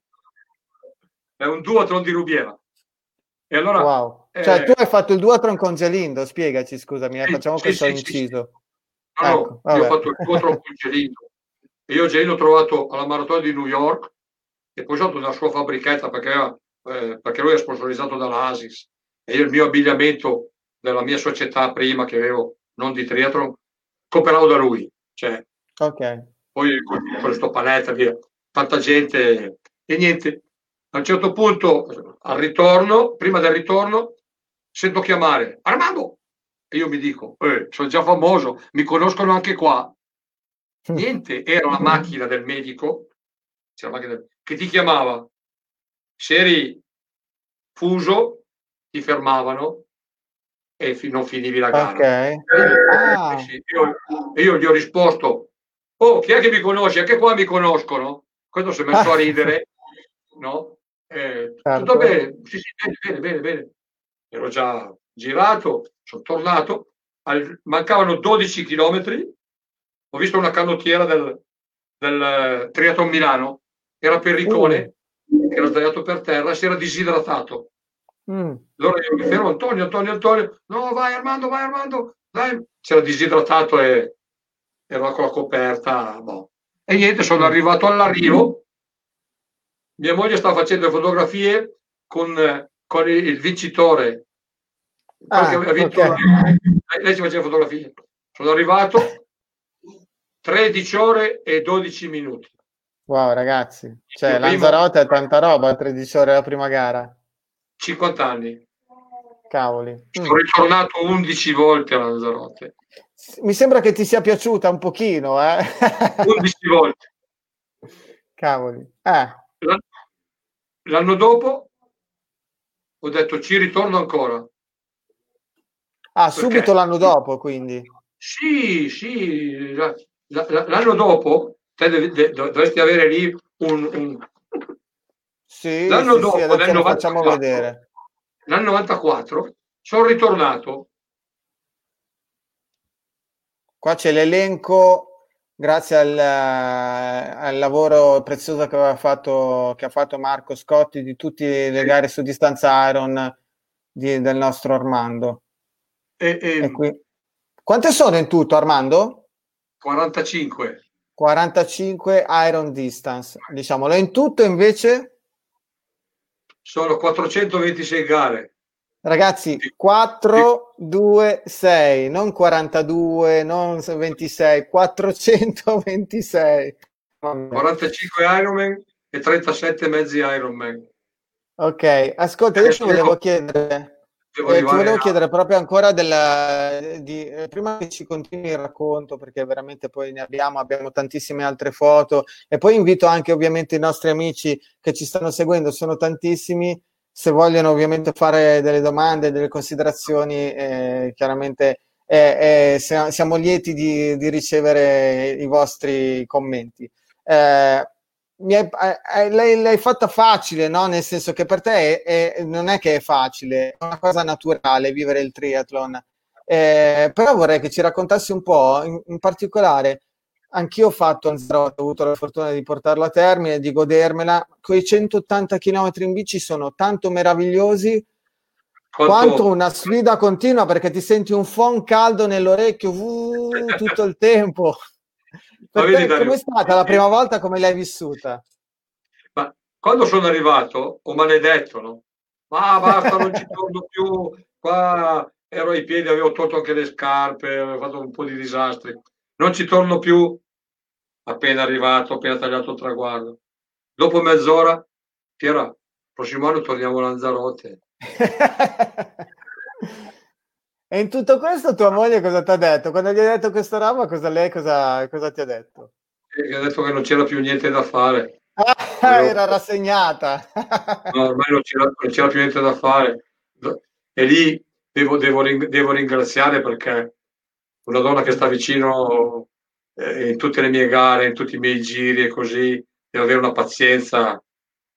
È un duathlon di Rubiera. E allora, Wow. eh, Cioè, tu hai fatto il duathlon con Gelindo, spiegaci, scusami, eh, sì, facciamo sì, questo sì, sì, inciso. no, no, Ecco, io ho vabbè. fatto il duathlon con Gelindo. E io Gelindo l'ho trovato alla maratona di New York e poi sono andato nella sua fabbrichetta perché, aveva, eh, perché lui è sponsorizzato dalla ASIS e io il mio abbigliamento della mia società prima che avevo, non di triathlon, compravo da lui. Cioè, Ok. poi con questo paletta, via, tanta gente e niente. A un certo punto, al ritorno, prima del ritorno, sento chiamare Armando e io mi dico, eh, sono già famoso, mi conoscono anche qua. Niente, era la macchina del medico, c'era la macchina del- che ti chiamava. Se eri fuso, ti fermavano e fi- non finivi la gara. Ok. Eh, Ah, sì, io, e io gli ho risposto, oh, chi è che mi conosce? Anche qua mi conoscono. Questo si è messo a ridere, no? Eh, certo. tutto bene, sì, sì, bene, bene, bene, bene. Ero già girato, sono tornato, al- mancavano dodici chilometri, ho visto una canottiera del, del eh, Triathlon Milano, era Perricone, che era sdraiato per terra, si era disidratato. Mm. Allora io mi fermo, Antonio, Antonio, Antonio, no, vai Armando, vai Armando, dai. Si era disidratato e era con la coperta. Boh. E niente, sono arrivato all'arrivo, mia moglie stava facendo le fotografie con, eh, con il, il vincitore, quello Ah, che aveva vinto. ok. Lei, lei ci faceva fotografie. Sono arrivato tredici ore e dodici minuti. Wow, ragazzi. Cioè, Il primo- Lanzarote è tanta roba, tredici ore la prima gara. cinquanta anni. Cavoli. Mm. Sono ritornato undici volte a Lanzarote. Mi sembra che ti sia piaciuta un pochino, eh? undici volte. Cavoli. Eh. L'anno- L'anno dopo ho detto ci ritorno ancora. Ah, subito l'anno dopo, quindi. Sì, sì, la- la- la- l'anno dopo te devi- de- dovresti avere lì un, un- Sì, l'anno sì, dopo sì, adesso nel lo facciamo novantaquattro, vedere. nel novantaquattro sono ritornato. Qua c'è l'elenco, grazie al, al lavoro prezioso che aveva fatto, che ha fatto Marco Scotti, di tutte le gare su distanza Iron di- del nostro Armando. E, e E qui... Quante sono in tutto, Armando? quarantacinque. quarantacinque Iron Distance, diciamolo. E in tutto invece, Sono quattrocentoventisei gare. ragazzi, quattro, due, sei, non quarantadue, non ventisei, quattrocentoventisei. Vabbè. quarantacinque Ironman e trentasette mezzi Ironman. Ok, ascolta, io ti volevo chiedere, Devo eh, ti arrivare volevo a- chiedere proprio ancora della, di, eh, prima che ci continui il racconto, perché veramente poi ne abbiamo, abbiamo tantissime altre foto, e poi invito anche ovviamente i nostri amici che ci stanno seguendo, sono tantissimi, se vogliono ovviamente fare delle domande, delle considerazioni, eh, chiaramente eh, eh, sia- siamo lieti di, di ricevere i vostri commenti. Eh, mi hai, hai- l'hai, l'hai fatta facile, no? Nel senso che per te è- è- non è che è facile, è una cosa naturale vivere il triathlon. Eh, però vorrei che ci raccontassi un po', in, in particolare, anch'io ho fatto Lanzarote, ho avuto la fortuna di portarlo a termine, di godermela. Quei centottanta chilometri in bici sono tanto meravigliosi Quanto- quanto una sfida continua, perché ti senti un phon caldo nell'orecchio uh, tutto il tempo. Ma Per vedi, te, Dario, com'è stata la prima volta? Come l'hai vissuta? ma quando sono arrivato ho maledetto, no? Ma basta, non ci torno più. Qua ero ai piedi, avevo tolto anche le scarpe, avevo fatto un po' di disastri. Non ci torno più. Appena arrivato, appena tagliato il traguardo. Dopo mezz'ora, Piera, prossimo anno torniamo a Lanzarote. E in tutto questo tua moglie cosa ti ha detto? Quando gli hai detto questa roba, cosa lei cosa, cosa ti ha detto? E ha detto che non c'era più niente da fare. Ah, era rassegnata. No, ormai non c'era, non c'era più niente da fare. E lì devo, devo, ring- devo ringraziare perché una donna che sta vicino eh, in tutte le mie gare, in tutti i miei giri e così, deve avere una pazienza.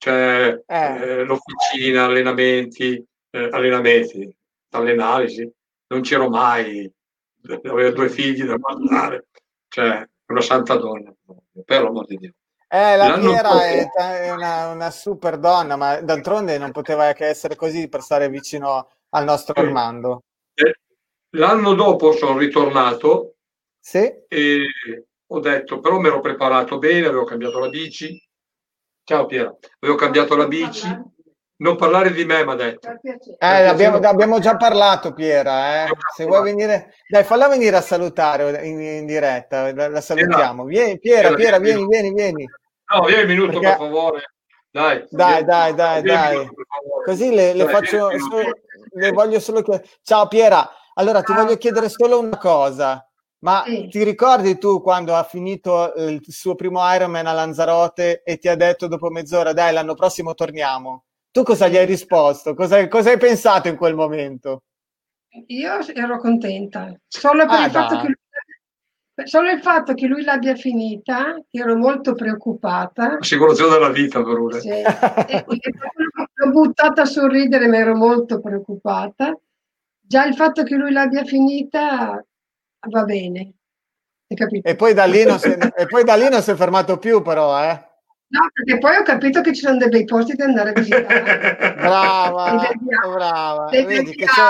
c'è Eh. eh, l'officina, allenamenti, eh, allenamenti, all'analisi, non c'ero mai, avevo due figli da guardare, cioè una santa donna, per l'amor di Dio. Eh, la L'anno Piera dopo- è, è una, una super donna, ma d'altronde non poteva che essere così per stare vicino al nostro Armando. Eh, L'anno dopo sono ritornato Sì? e ho detto, però mi ero preparato bene, avevo cambiato la bici. Ciao Piera, avevo cambiato la bici. Non parlare di me, mi ha detto. Eh, abbiamo, abbiamo già parlato, Piera. Eh. Se vuoi venire, dai, falla venire a salutare in, in diretta. La, la salutiamo. Vieni, Piera, Piera, vieni, vieni, vieni. No, vieni un minuto, Perché- per favore. Dai, Dai, vieni. dai, dai, Vieni un dai. minuto, per favore. Così le, le Dai, faccio, vieni un so- minuto. le voglio solo chiedere. Ciao Piera, allora ti voglio chiedere solo una cosa. Ma ti ricordi tu quando ha finito il suo primo Ironman a Lanzarote e ti ha detto dopo mezz'ora, dai, l'anno prossimo torniamo? Tu cosa gli hai risposto? Cosa, cosa hai pensato in quel momento? Io ero contenta, solo per Ah, il fatto dai. che lui, solo il fatto che lui l'abbia finita, ero molto preoccupata. Assicurazione della vita, per ora. Sì. E- e l'ho buttata a sorridere, ma ero molto preoccupata. Già il fatto che lui l'abbia finita va bene, hai capito? E poi da lì non si, e poi da lì non si è fermato più, però, eh? No, perché poi ho capito che ci sono dei bei posti da andare a visitare. Brava, Dei bei via- brava. dei bei Vedi che c'è,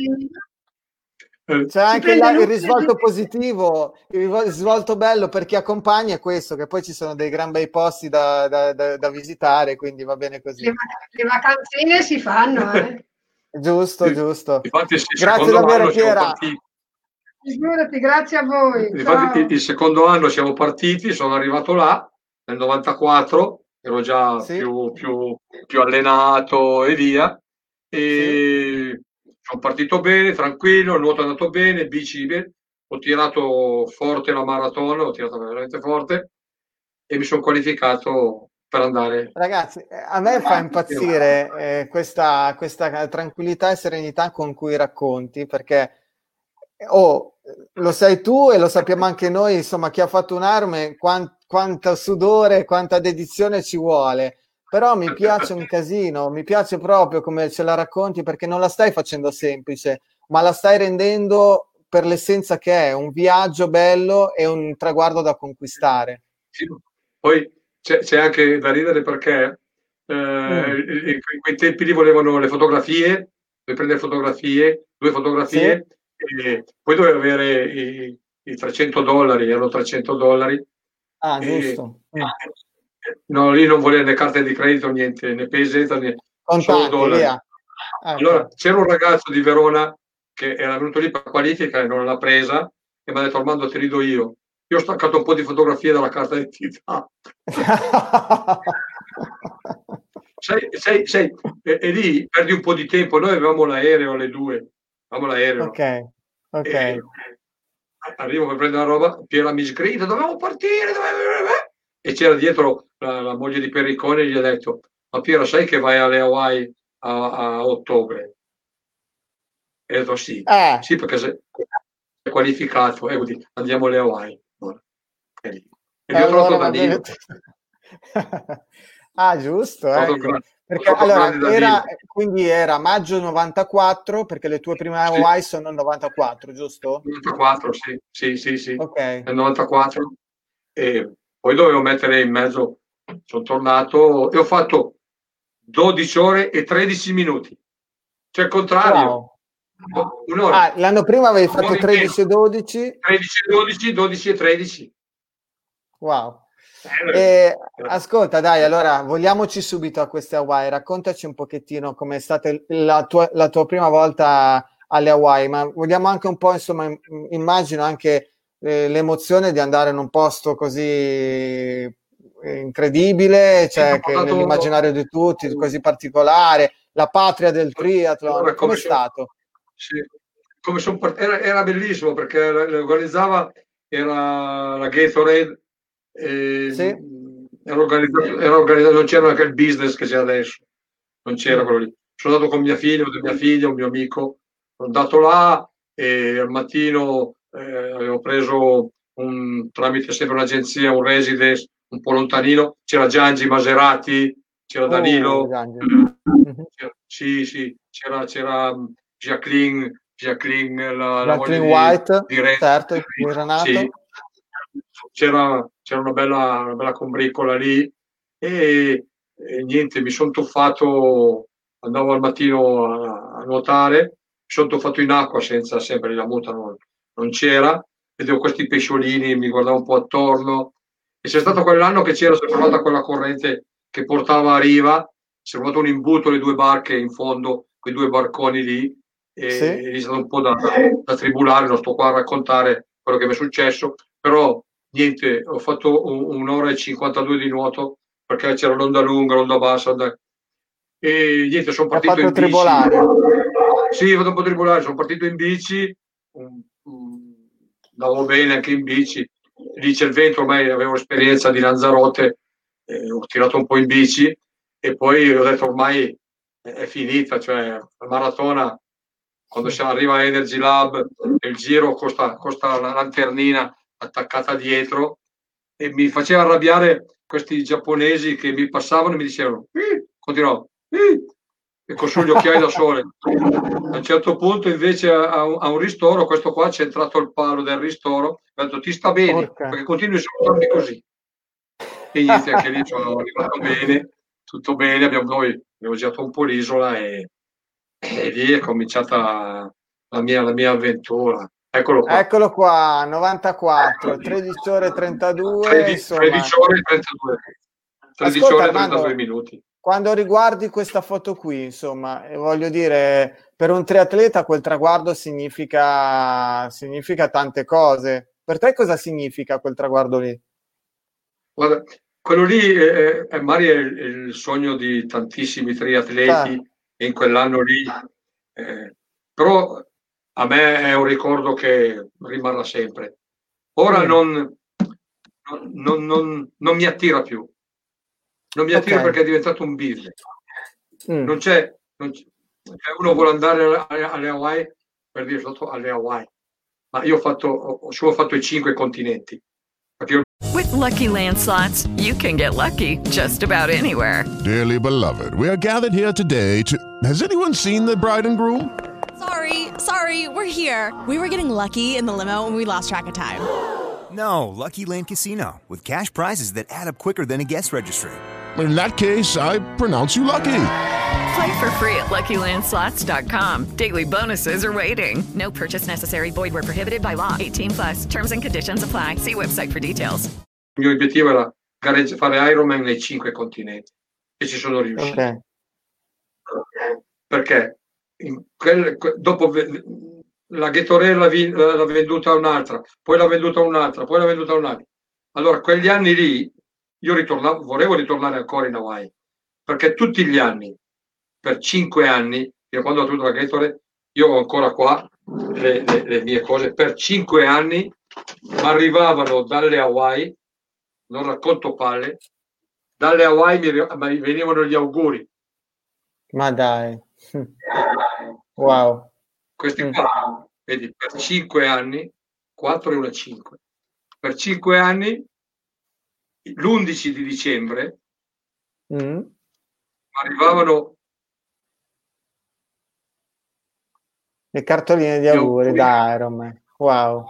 viaggi. c'è anche prende là il lui- risvolto positivo, il rivo- risvolto bello per chi accompagna è questo, che poi ci sono dei gran bei posti da, da- da- da visitare, quindi va bene così. Le, le vacanzine si fanno, eh. Giusto, giusto. Infatti, sì, il Grazie secondo davvero, anno siamo Piera. partiti. Figurati, grazie a voi. Infatti, Ciao. il, il secondo anno siamo partiti, sono arrivato là nel novantaquattro, ero già Sì. più, più, più allenato e via. E sono partito bene, tranquillo, il nuoto è andato bene, bici bene. Ho tirato forte la maratona, ho tirato veramente forte e mi sono qualificato per andare. Ragazzi, eh, a me fa impazzire eh, questa, questa tranquillità e serenità con cui racconti, perché oh, lo sai tu e lo sappiamo anche noi, insomma, chi ha fatto un Ironman, quan- quanto sudore, quanta dedizione ci vuole. Però mi piace un casino, mi piace proprio come ce la racconti, perché non la stai facendo semplice, ma la stai rendendo per l'essenza che è, un viaggio bello e un traguardo da conquistare. Sì. Poi c'è, c'è anche da ridere perché eh, Mm. in quei tempi lì volevano le fotografie, per prendere fotografie, due fotografie, e poi dovevo avere i, i trecento dollari, erano trecento dollari. Ah, e- giusto. Mm. No, lì non voleva né carte di credito, niente, né pesetta, né solo Contanti, dollari. via. Ecco. Allora c'era un ragazzo di Verona che era venuto lì per qualifica e non l'ha presa e mi ha detto: Armando, ti rido io. Io ho staccato un po' di fotografie dalla carta d'identità. Sai, sai, sai, e, e lì perdi un po' di tempo. Noi avevamo l'aereo alle due, avevamo l'aereo. Ok, ok. E arrivo per prendere la roba, Piera mi sgrida, dobbiamo partire, dobbiamo... e c'era dietro la, la moglie di Perricone e gli ha detto: ma Piera, sai che vai alle Hawaii a, a ottobre? E ho detto sì, Eh. sì, perché se è qualificato, eh, quindi andiamo alle Hawaii. E lì, e lì ho Allora, trovato va Danilo. bene. Ah, giusto, Trovato eh. gra- Perché trovato allora grande era, Danilo. quindi era maggio novantaquattro, perché le tue prime Hawaii sono novantaquattro, giusto? novantaquattro, sì, sì, sì, sì. Ok. Nel novantaquattro. E poi dovevo mettere in mezzo, sono tornato e ho fatto dodici ore e tredici minuti. Cioè il contrario. Wow. Un'ora. Ah, l'anno prima avevi fatto Un'ora in tredici e dodici. tredici e dodici, dodici e tredici. Wow. Eh, E, ascolta, dai, allora vogliamoci subito a queste Hawaii. Raccontaci un pochettino com'è stata la tua, la tua prima volta alle Hawaii, ma vogliamo anche un po', insomma, im- immagino anche eh, l'emozione di andare in un posto così eh, incredibile, cioè ho che portato- nell'immaginario di tutti, così particolare, la patria del triathlon. Allora, come Com'è sono- stato? Sì. Come son part- era, era bellissimo perché la- la organizzava era la Gatorade. E Sì. era organizzato, era organizzato, non c'era anche il business che c'è adesso, non c'era quello lì. Sono andato con mia figlia, con mia figlia, un mio amico, sono andato là e al mattino eh, avevo preso un, tramite sempre un'agenzia, un residence un po' lontanino, c'era Giangi Maserati, c'era Danilo, Oh, mm-hmm. c'era, sì, sì, c'era, c'era Jacqueline, Jacqueline, la, la Jacqueline moglie White, di, di Renzo. certo, di Renato. Sì. C'era, c'era una, bella, una bella combricola lì e, e niente, mi sono tuffato, andavo al mattino a, a nuotare, mi sono tuffato in acqua senza, sempre la muta non, non c'era, vedevo questi pesciolini, mi guardavo un po' attorno e c'è stato quell'anno che c'era, si è trovata quella corrente che portava a riva, si è trovato un imbuto, le due barche in fondo, quei due barconi lì e Sì. è stato un po' da, da tribulare, non sto qua a raccontare quello che mi è successo, però niente, ho fatto un'ora e cinquantadue di nuoto perché c'era l'onda lunga, l'onda bassa onda... e niente, sono partito in bici. Sì, ho fatto un po' tribolare, sono partito in bici, um, um, andavo bene anche in bici, lì c'è il vento, ormai avevo esperienza di Lanzarote, eh, ho tirato un po' in bici e poi ho detto ormai è, è finita, cioè la maratona, quando si arriva a Energy Lab, il giro costa, costa la lanternina attaccata dietro e mi faceva arrabbiare questi giapponesi che mi passavano e mi dicevano continuavo e con sugli occhiali da sole. A un certo punto invece a un, a un ristoro, questo qua c'è entrato il palo del ristoro, mi ha detto ti sta bene, Porca. Perché continui a salutarmi così e inizia anche lì, sono arrivato bene, tutto bene, abbiamo, noi abbiamo girato un po' l'isola e, e lì è cominciata la mia, la mia avventura. Eccolo qua. Eccolo qua, novantaquattro, tredici ore e trentadue. tredici, tredici ore e trentadue. tredici Ascolta, ore e Armando, trentadue minuti. Quando riguardi questa foto qui, insomma, voglio dire, per un triatleta quel traguardo significa, significa tante cose. Per te cosa significa quel traguardo lì? Guarda, quello lì è, è, magari è il, il sogno di tantissimi triatleti Certo. e in quell'anno lì, eh, però a me è un ricordo che rimarrà sempre. Ora mm. non, non, non, non mi attira più. Non mi attira okay. perché è diventato un business. Mm. Non c'è, non c'è. Uno vuole andare alle Hawaii per dire sotto alle Hawaii, ma io ho fatto, ho solo fatto i cinque continenti. Io... With Lucky Land Slots, you can get lucky just about anywhere. Dearly beloved, we are gathered here today to. Has anyone seen the bride and groom? Sorry, sorry, we're here. We were getting lucky in the limo and we lost track of time. No, Lucky Land Casino, with cash prizes that add up quicker than a guest registry. In that case, I pronounce you lucky. Play for free at lucky land slots dot com. Daily bonuses are waiting. No purchase necessary. Void where prohibited by law. eighteen plus. Terms and conditions apply. See website for details. Il mio obiettivo era fare Ironman nei cinque continenti e ci sono riuscito. Okay. Perché in quel, dopo la Gatorade l'ha, l'ha venduta un'altra, poi l'ha venduta un'altra, poi l'ha venduta un'altra. Allora, quegli anni lì io ritornavo, volevo ritornare ancora in Hawaii, perché tutti gli anni, per cinque anni, io quando ho avuto la Gatorade, io ho ancora qua le, le, le mie cose, per cinque anni arrivavano dalle Hawaii, non racconto palle, dalle Hawaii mi, mi venivano gli auguri. Ma dai. Wow. Questi qua, vedi, per cinque anni, quattro e una cinque. Per cinque anni, l'undici di dicembre, mm. arrivavano le cartoline di auguri, auguri. Da Ironman. Wow.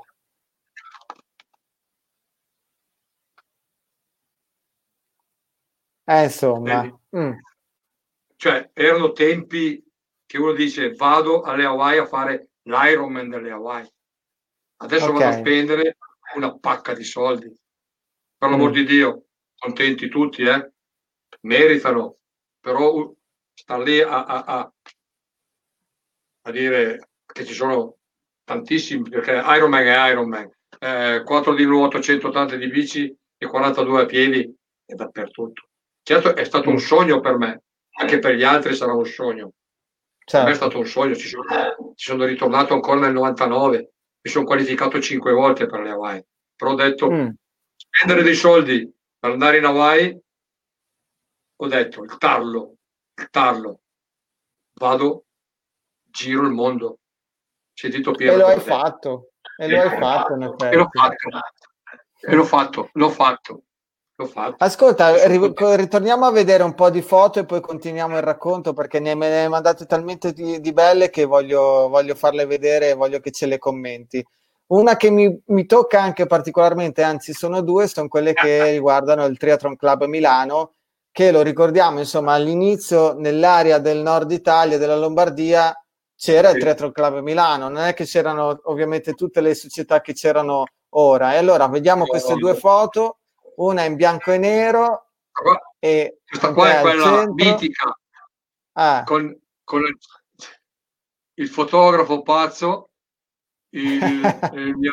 Eh, insomma. Mm. Cioè, erano tempi che uno dice vado alle Hawaii a fare l'Ironman delle Hawaii. Adesso okay. vado a spendere una pacca di soldi. Per l'amor mm. di Dio, contenti tutti, eh? Meritano, però star lì a, a, a, a dire che ci sono tantissimi, perché Ironman è Ironman, eh, quattro di nuoto, centottanta di bici e quarantadue a piedi è dappertutto. Certo è stato mm. un sogno per me, anche per gli altri sarà un sogno. Certo. Per me è stato un sogno, ci sono, ci sono ritornato ancora nel novantanove, mi sono qualificato cinque volte per le Hawaii, però ho detto mm. spendere dei soldi per andare in Hawaii, ho detto il tarlo, il tarlo, vado, giro il mondo. Sentito Piero, e lo hai fatto, e lo hai fatto, in effetti. E l'ho fatto, e l'ho fatto, l'ho fatto. l'ho fatto. Ascolta, ri- ritorniamo a vedere un po' di foto e poi continuiamo il racconto, perché ne, me ne hai mandate talmente di, di belle che voglio, voglio farle vedere e voglio che ce le commenti. Una che mi, mi tocca anche particolarmente, anzi sono due, sono quelle che riguardano il Triathlon Club Milano, che lo ricordiamo, insomma, all'inizio nell'area del nord Italia, della Lombardia, c'era il Triathlon Club Milano, non è che c'erano ovviamente tutte le società che c'erano ora. E allora vediamo queste due foto, una in bianco e nero e questa qua è quella centro. mitica, ah. con, con il fotografo pazzo, il, il mio...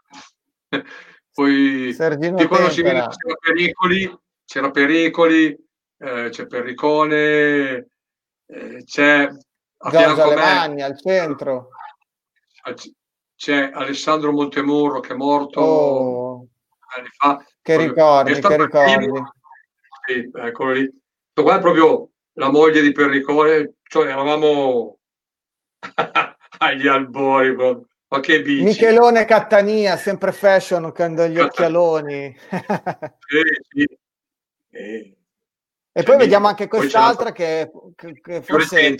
poi Sergino di quando si vede Tempera. c'era Pericoli, c'era Pericoli, eh, c'è Perricone, eh, c'è a Giorgio fianco a Alemagni me, al centro, c'è Alessandro Montemurro che è morto oh, anni fa. che ricordi, che ricordi. Sì, eccolo lì. Qua è proprio la moglie di Perricone, cioè eravamo agli albori, ma che bici. Michelone Cattania, sempre fashion con gli occhialoni. Sì, sì. E, e poi vediamo anche quest'altra che, che, che forse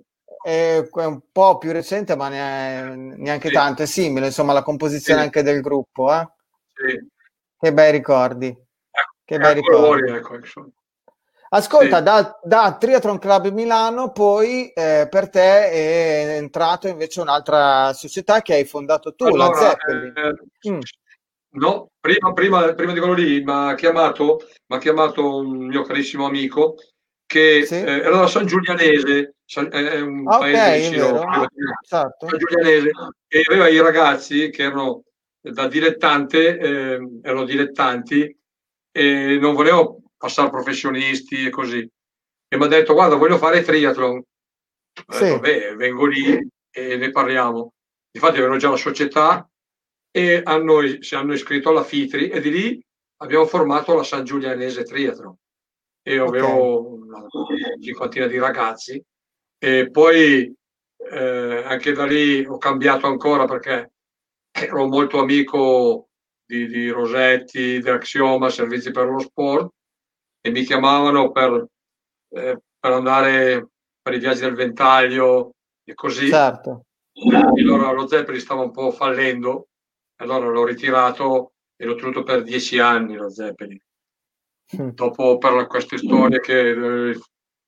è, è un po' più recente, ma neanche sì. tanto, è simile, insomma, la composizione sì. anche del gruppo. Eh? Sì. Che bei ricordi. Ecco, che bei ricordi. Ecco, ecco. Ascolta, sì. da, da Triathlon Club Milano poi eh, per te è entrato invece un'altra società che hai fondato tu, allora, la Zeppelin. Eh, mm. No, prima, prima, prima di quello lì mi ha chiamato, m'ha chiamato un mio carissimo amico che sì. eh, era da San Giulianese, San, è un ah, paese okay, vicino, esatto. San Giulianese, e aveva i ragazzi che erano da dilettante, eh, erano dilettanti e non volevo passare professionisti e così. E mi ha detto, guarda, voglio fare triathlon. Ho sì. detto, beh, vengo lì e ne parliamo. Infatti avevano già la società e a noi si hanno iscritto alla Fitri e di lì abbiamo formato la San Giulianese Triathlon. E avevo okay. una cinquantina di ragazzi e poi eh, anche da lì ho cambiato ancora perché ero molto amico di, di Rosetti, di Axioma, Servizi per lo Sport, e mi chiamavano per, eh, per andare per i viaggi del ventaglio e così. Certo. E allora lo Zeppelin stava un po' fallendo, allora l'ho ritirato e l'ho tenuto per dieci anni lo Zeppelin. Mm. Dopo per queste storie che eh,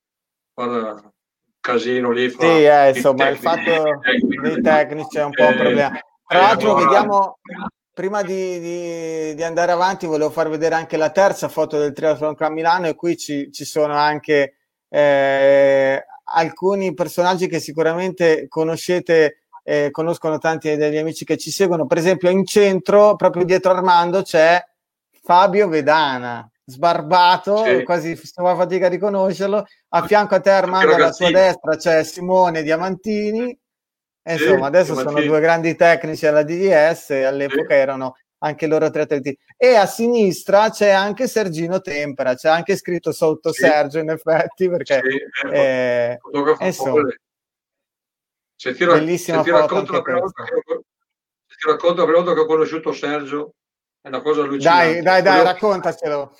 guarda, casino lì fra sì, eh, insomma il fatto dei tecnici è un po' un problema. Tra l'altro allora... vediamo, prima di, di, di andare avanti volevo far vedere anche la terza foto del Triathlon Club Milano e qui ci, ci sono anche eh, alcuni personaggi che sicuramente conoscete, eh, conoscono tanti degli amici che ci seguono. Per esempio in centro, proprio dietro Armando, c'è Fabio Vedana, sbarbato, sì. quasi si fa fatica a riconoscerlo. A fianco a te Armando, alla tua destra c'è Simone Diamantini. E insomma, sì, adesso sono due grandi tecnici alla D D S e all'epoca sì. erano anche loro tre atleti. E a sinistra c'è anche Sergino Tempera, c'è anche scritto sotto sì. Sergio in effetti, perché sì, eh, eh, insomma, se ti, bellissima se ti racconto la prima volta che ho, se ti racconto la prima volta che ho conosciuto Sergio è una cosa allucinante. Dai, dai, dai, Quello... raccontacelo.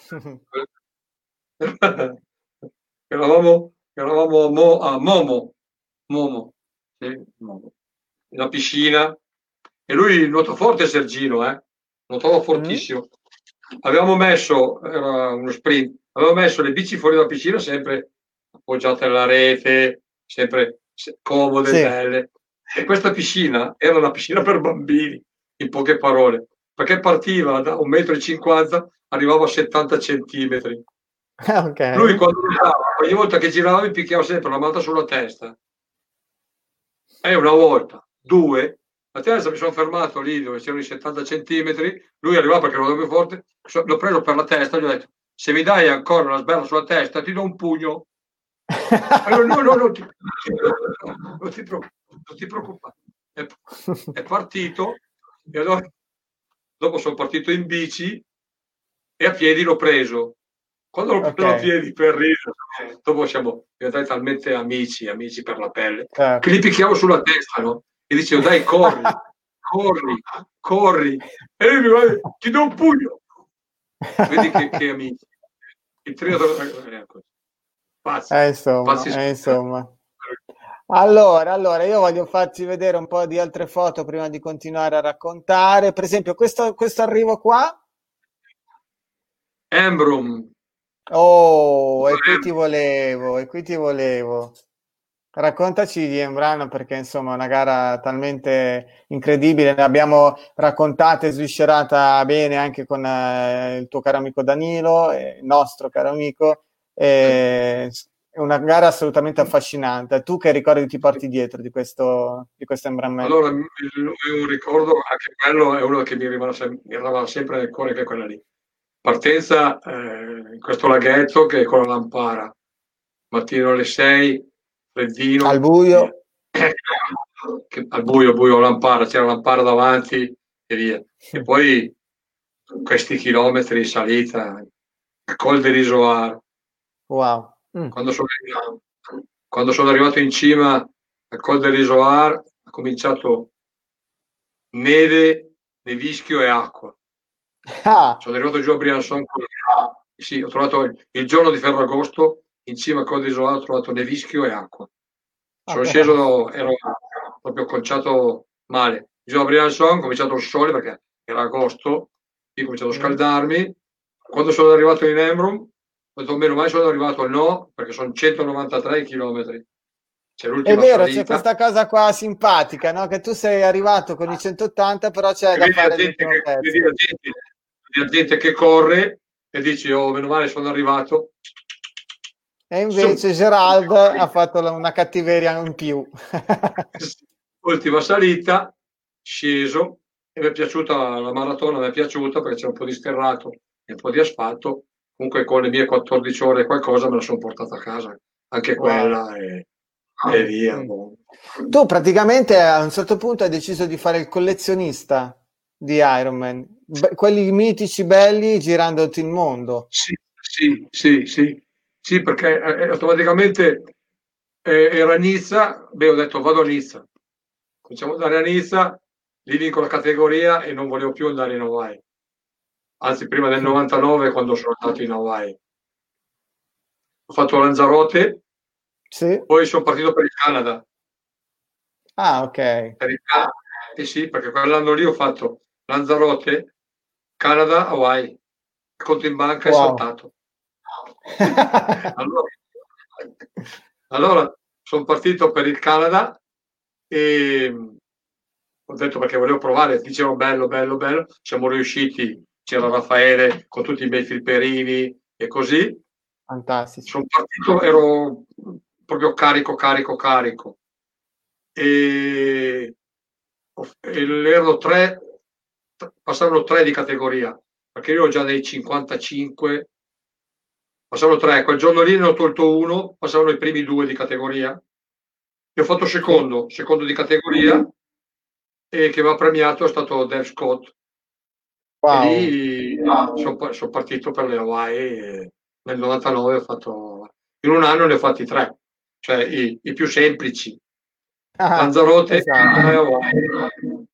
eravamo, eravamo a, Mo, a Momo, Momo. la piscina e lui nuota forte Sergino, eh? nuotava fortissimo. Mm. Avevamo messo, era uno sprint, avevamo messo le bici fuori dalla piscina sempre appoggiate alla rete, sempre comode, sì. belle. E questa piscina era una piscina per bambini, in poche parole, perché partiva da un metro e cinquanta, arrivava a settanta centimetri. Okay. Lui quando girava, ogni volta che girava mi picchiava sempre la manta sulla testa. E una volta, due, la terza mi sono fermato lì dove c'erano i settanta centimetri, lui arrivava perché ero più forte, l'ho preso per la testa e gli ho detto, se mi dai ancora una sberla sulla testa ti do un pugno. Allora, no, no, no, ti, non, ti, non ti preoccupare. È, è partito e allora dopo sono partito in bici e a piedi l'ho preso. Quando l'ho preso okay. a piedi per ridere, dopo siamo diventati talmente amici, amici per la pelle, certo. che li picchiamo sulla testa, no? E dicevo, dai, corri, corri, corri. E lui mi guarda, ti do un pugno. Vedi che, che amici. Il trio eh, pazzi, Eh, insomma, pazzi eh, insomma. Allora, allora, io voglio farti vedere un po' di altre foto prima di continuare a raccontare. Per esempio, questo, questo arrivo qua. Embrum. Oh, e qui ti volevo, e qui ti volevo. Raccontaci di Embrano perché insomma è una gara talmente incredibile, ne abbiamo raccontate e sviscerata bene anche con eh, il tuo caro amico Danilo, eh, il nostro caro amico, eh, è una gara assolutamente affascinante. Tu che ricordi ti porti dietro di questo, di questo Embrano? Allora, io ricordo anche quello, è uno che mi rimane sem- mi rimane sempre nel cuore, che è quella lì. Partenza eh, in questo laghetto che è con la Lampara, mattino alle sei, freddino. Al buio. Eh, che, al buio, buio, Lampara, c'era la Lampara davanti e via. E poi questi chilometri di salita, a Col de l'Isoire. Wow. Mm. Quando, sono, quando sono arrivato in cima a Col de l'Isoire ha cominciato neve, nevischio e acqua. Ah. Sono arrivato giù a Briançon, sì, ho trovato il giorno di Ferragosto in cima a Col de l'Isoire, ho trovato nevischio e acqua. Sono Ah, sceso, ero proprio conciato male. Giù a Briançon ho cominciato il sole perché era agosto, io ho cominciato a scaldarmi. Quando sono arrivato in Embrun, ho detto meno male sono arrivato, no, perché sono centonovantatré chilometri. C'è l'ultima È vero, salita. c'è questa cosa qua simpatica, no? Che tu sei arrivato con i centottanta, però c'è da fare l'ultimo pezzo. Vedi la gente, la gente che corre e dici, oh, meno male sono arrivato. E invece Gerald ha fatto una cattiveria in più. Ultima salita, sceso, e mi è piaciuta la maratona, mi è piaciuta perché c'è un po' di sterrato e un po' di asfalto. Comunque con le mie quattordici ore e qualcosa me la sono portata a casa, anche quella, wow. e, e via. Mm. Tu praticamente a un certo punto hai deciso di fare il collezionista di Ironman, Be- quelli mitici belli girandoti il mondo. Sì, sì, sì, sì, sì, perché eh, automaticamente eh, era Nizza, beh, ho detto vado a Nizza, cominciamo ad andare a Nizza, lì vinco la categoria e non volevo più andare in Hawaii. Anzi, prima del novantanove, quando sono andato in Hawaii. Ho fatto Lanzarote, sì. Poi sono partito per il Canada. Ah, ok. Per il Canada, eh sì, perché quell'anno lì ho fatto Lanzarote, Canada, Hawaii. Conto in banca e Wow. saltato. allora, allora sono partito per il Canada e ho detto perché volevo provare, dicevano bello, bello, bello, siamo riusciti. C'era Raffaele con tutti i miei filperini e così. Fantastico. Sono partito, ero proprio carico, carico, carico. E, e erano tre, passavano tre di categoria, perché io ero già nei cinquantacinque, passavano tre. Quel giorno lì ne ho tolto uno, passavano i primi due di categoria. E ho fatto secondo, secondo di categoria, e che mi ha premiato è stato Dave Scott. Wow. E lì sono, sono partito per le Hawaii e nel novantanove ho fatto, in un anno ne ho fatti tre, cioè i, i più semplici, ah, Lanzarote esatto. e Hawaii.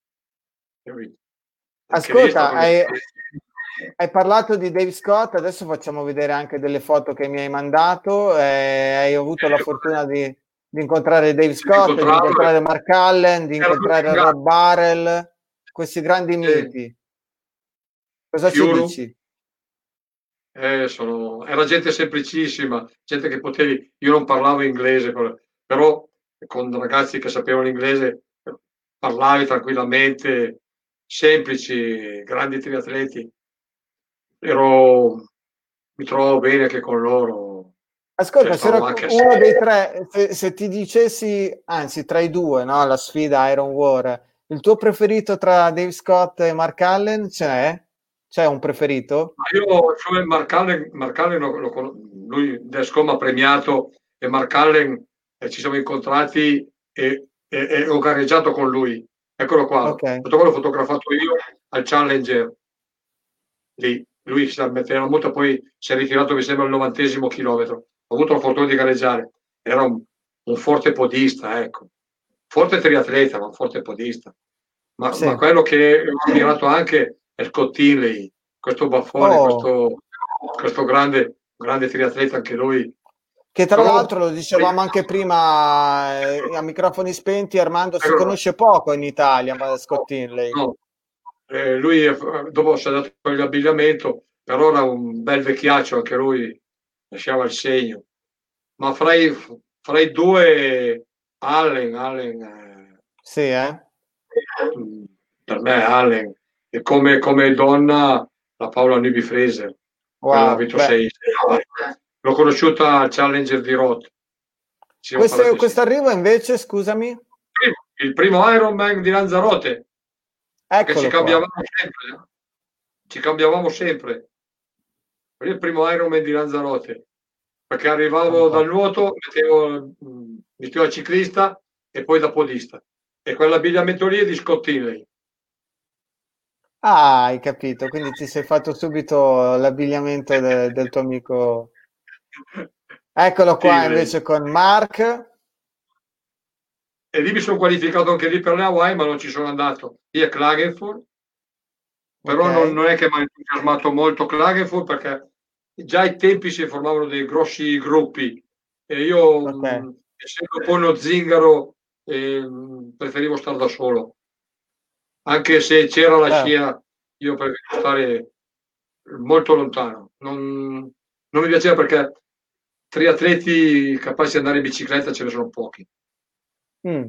Ascolta, hai, hai parlato di Dave Scott, adesso facciamo vedere anche delle foto che mi hai mandato, eh, hai avuto eh, la fortuna di, di incontrare Dave Scott, di incontrare Mark Allen, di incontrare Rob Barrel, questi grandi miti. Cosa ci dici? Eh, sono... Era gente semplicissima, gente che potevi... Io non parlavo inglese, però con ragazzi che sapevano l'inglese parlavi tranquillamente, semplici, grandi triatleti. Ero... Mi trovo bene anche con loro. Ascolta, cioè, se anche uno dei tre, se, se ti dicessi, anzi tra i due, no, la sfida Iron War, il tuo preferito tra Dave Scott e Mark Allen ce n'è? C'è un preferito? Io, cioè Mark Allen, Mark Allen lo, lo, lui Descom ha premiato e Mark Allen eh, ci siamo incontrati e, e, e ho gareggiato con lui. Eccolo qua, okay. L'ho fotografato io al Challenger. Lì, lui si metteva molto, poi si è ritirato mi sembra al novantesimo chilometro. Ho avuto la fortuna di gareggiare. Era un, un forte podista, ecco. Forte triatleta, ma un forte podista. Ma, sì. ma quello che ho ammirato anche è Scott Tinley, questo baffone, Oh. questo, questo grande, grande triatleta anche lui. Che tra Però- l'altro lo dicevamo anche prima eh, a microfoni spenti, Armando si Ecco. conosce poco in Italia, ma Scott Tinley. No. Eh, lui eh, dopo si è dato l'abbigliamento, però era un bel vecchiaccio, anche lui lasciava il segno. Ma fra i, fra i due, Allen, Allen eh, Sì, eh? per me Allen, e come, come donna la Paola Newby Fraser, quella Wow, ha vinto beh. sei. L'ho conosciuta al Challenger di Roth. Ci siamo Questo, parlati questo arrivo invece, scusami? il primo Ironman di Lanzarote, che Eccolo ci qua. cambiavamo sempre, eh. ci cambiavamo sempre. Quello è il primo Ironman di Lanzarote, perché arrivavo dal nuoto, mettevo, mh, mettevo a ciclista e poi da podista, e quell'abbigliamento lì è di Scott Tinley. Ah, hai capito, quindi ti sei fatto subito l'abbigliamento de- del tuo amico. Eccolo qua Tinley. invece con Mark. E lì mi sono qualificato anche lì per le Hawaii, ma non ci sono andato. Io a Klagenfurt, però Ok. non, non è che mi ha entusiasmato molto Klagenfurt, perché già ai tempi si formavano dei grossi gruppi e io, Ok. mh, essendo poi uno zingaro, eh, mh, preferivo stare da solo. Anche se c'era la Certo. scia, io preferivo stare molto lontano. Non, non mi piaceva, perché triatleti capaci di andare in bicicletta ce ne sono pochi. Mm.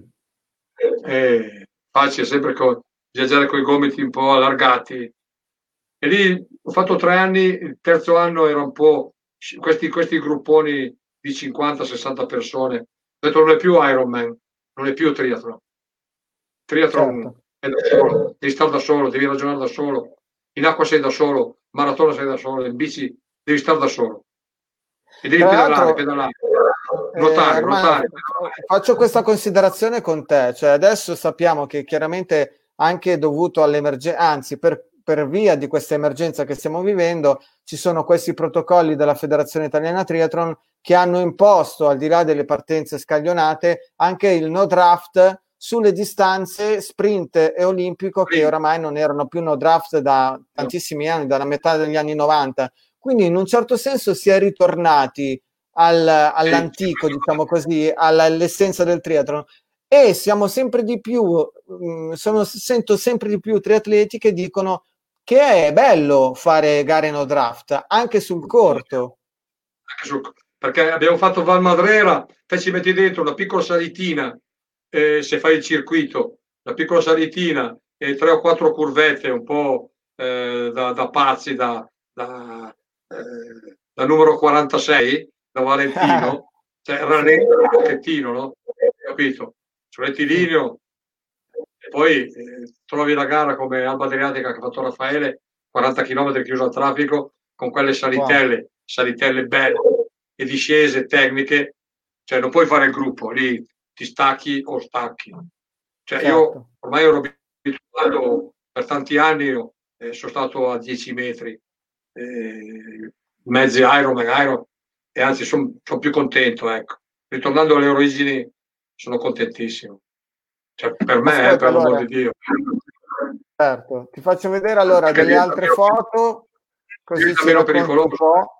È facile sempre co- viaggiare con i gomiti un po' allargati. E lì ho fatto tre anni, il terzo anno era un po' questi, questi grupponi di cinquanta sessanta persone. Ho detto non è più Ironman, non è più triathlon. Triathlon Certo. è da solo, devi stare da solo, devi ragionare da solo. In acqua sei da solo, maratona sei da solo, in bici devi stare da solo. E devi Tra pedalare, l'altro, pedalare, Eh, nuotare, Armando, nuotare. faccio questa considerazione con te, cioè adesso sappiamo che chiaramente anche dovuto all'emergenza, anzi per, per via di questa emergenza che stiamo vivendo, ci sono questi protocolli della Federazione Italiana Triathlon che hanno imposto, al di là delle partenze scaglionate, anche il no draft sulle distanze sprint e olimpico, che oramai non erano più no draft da tantissimi anni, dalla metà degli anni novanta. Quindi in un certo senso si è ritornati al, all'antico, diciamo così, alla- all'essenza del triathlon, e siamo sempre di più, mh, sono, sento sempre di più triatleti che dicono che è bello fare gare no draft anche sul corto. Anche sul- perché abbiamo fatto Val Madrera, te ci metti dentro una piccola salitina, eh, se fai il circuito, una piccola salitina e tre o quattro curvette un po' eh, da, da pazzi, da, da, eh, da numero quarantasei, da Valentino, cioè rallenta un pochettino, no? Capito? Sul rettilineo, e poi eh, trovi la gara come Alba Adriatica che ha fatto Raffaele, quaranta chilometri chiuso al traffico, con quelle salitelle, salitelle belle e discese tecniche, cioè non puoi fare il gruppo, lì ti stacchi o stacchi. Cioè io Certo. ormai ero abituato, per tanti anni io, eh, sono stato a dieci metri, eh, mezzi Ironman, Iron, e anzi sono son più contento, ecco. Ritornando alle origini sono contentissimo. Cioè, per me, eh, Ascolta, per l'amor allora, di Dio. certo, ti faccio vedere allora Perché delle diventa altre meno- foto, così diventa ci meno racconti un pericoloso. po'.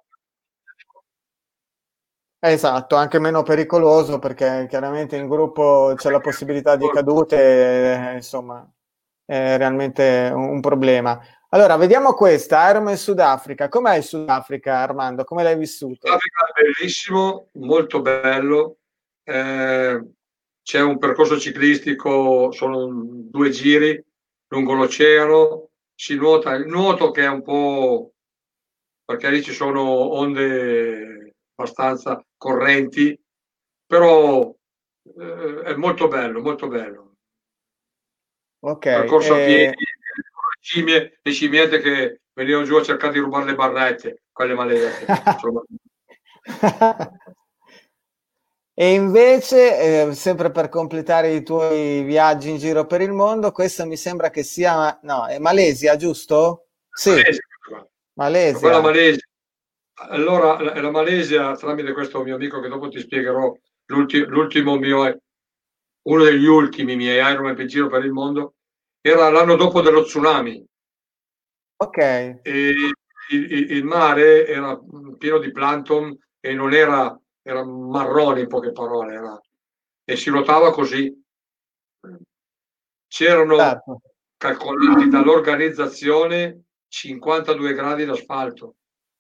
Esatto, anche meno pericoloso perché chiaramente in gruppo c'è la possibilità di cadute, eh, insomma, è realmente un, un problema. Allora, vediamo questa, Ironman Sudafrica. Com'è il Sudafrica, Armando? Come l'hai vissuto? Sudafrica è bellissimo, molto bello. Eh, c'è un percorso ciclistico, sono due giri lungo l'oceano, si nuota, il nuoto che è un po', perché lì ci sono onde abbastanza correnti, però eh, è molto bello, molto bello. Ok, Percorso a eh, piedi, le scimmie, le scimmiette che venivano giù a cercare di rubare le barrette, quelle maledette. Insomma. e invece, eh, sempre per completare i tuoi viaggi in giro per il mondo, questo mi sembra che sia, no, è Malesia, giusto? Sì, Malesia, quella Malesia. Malesia. Allora, la, la Malesia, tramite questo mio amico che dopo ti spiegherò, l'ulti- l'ultimo mio, uno degli ultimi miei Ironman in giro per il mondo, era l'anno dopo dello tsunami. Ok. E il, il- il mare era pieno di plankton e non era, era marrone in poche parole, era- e si nuotava così. C'erano Certo. calcolati dall'organizzazione cinquantadue gradi d'asfalto.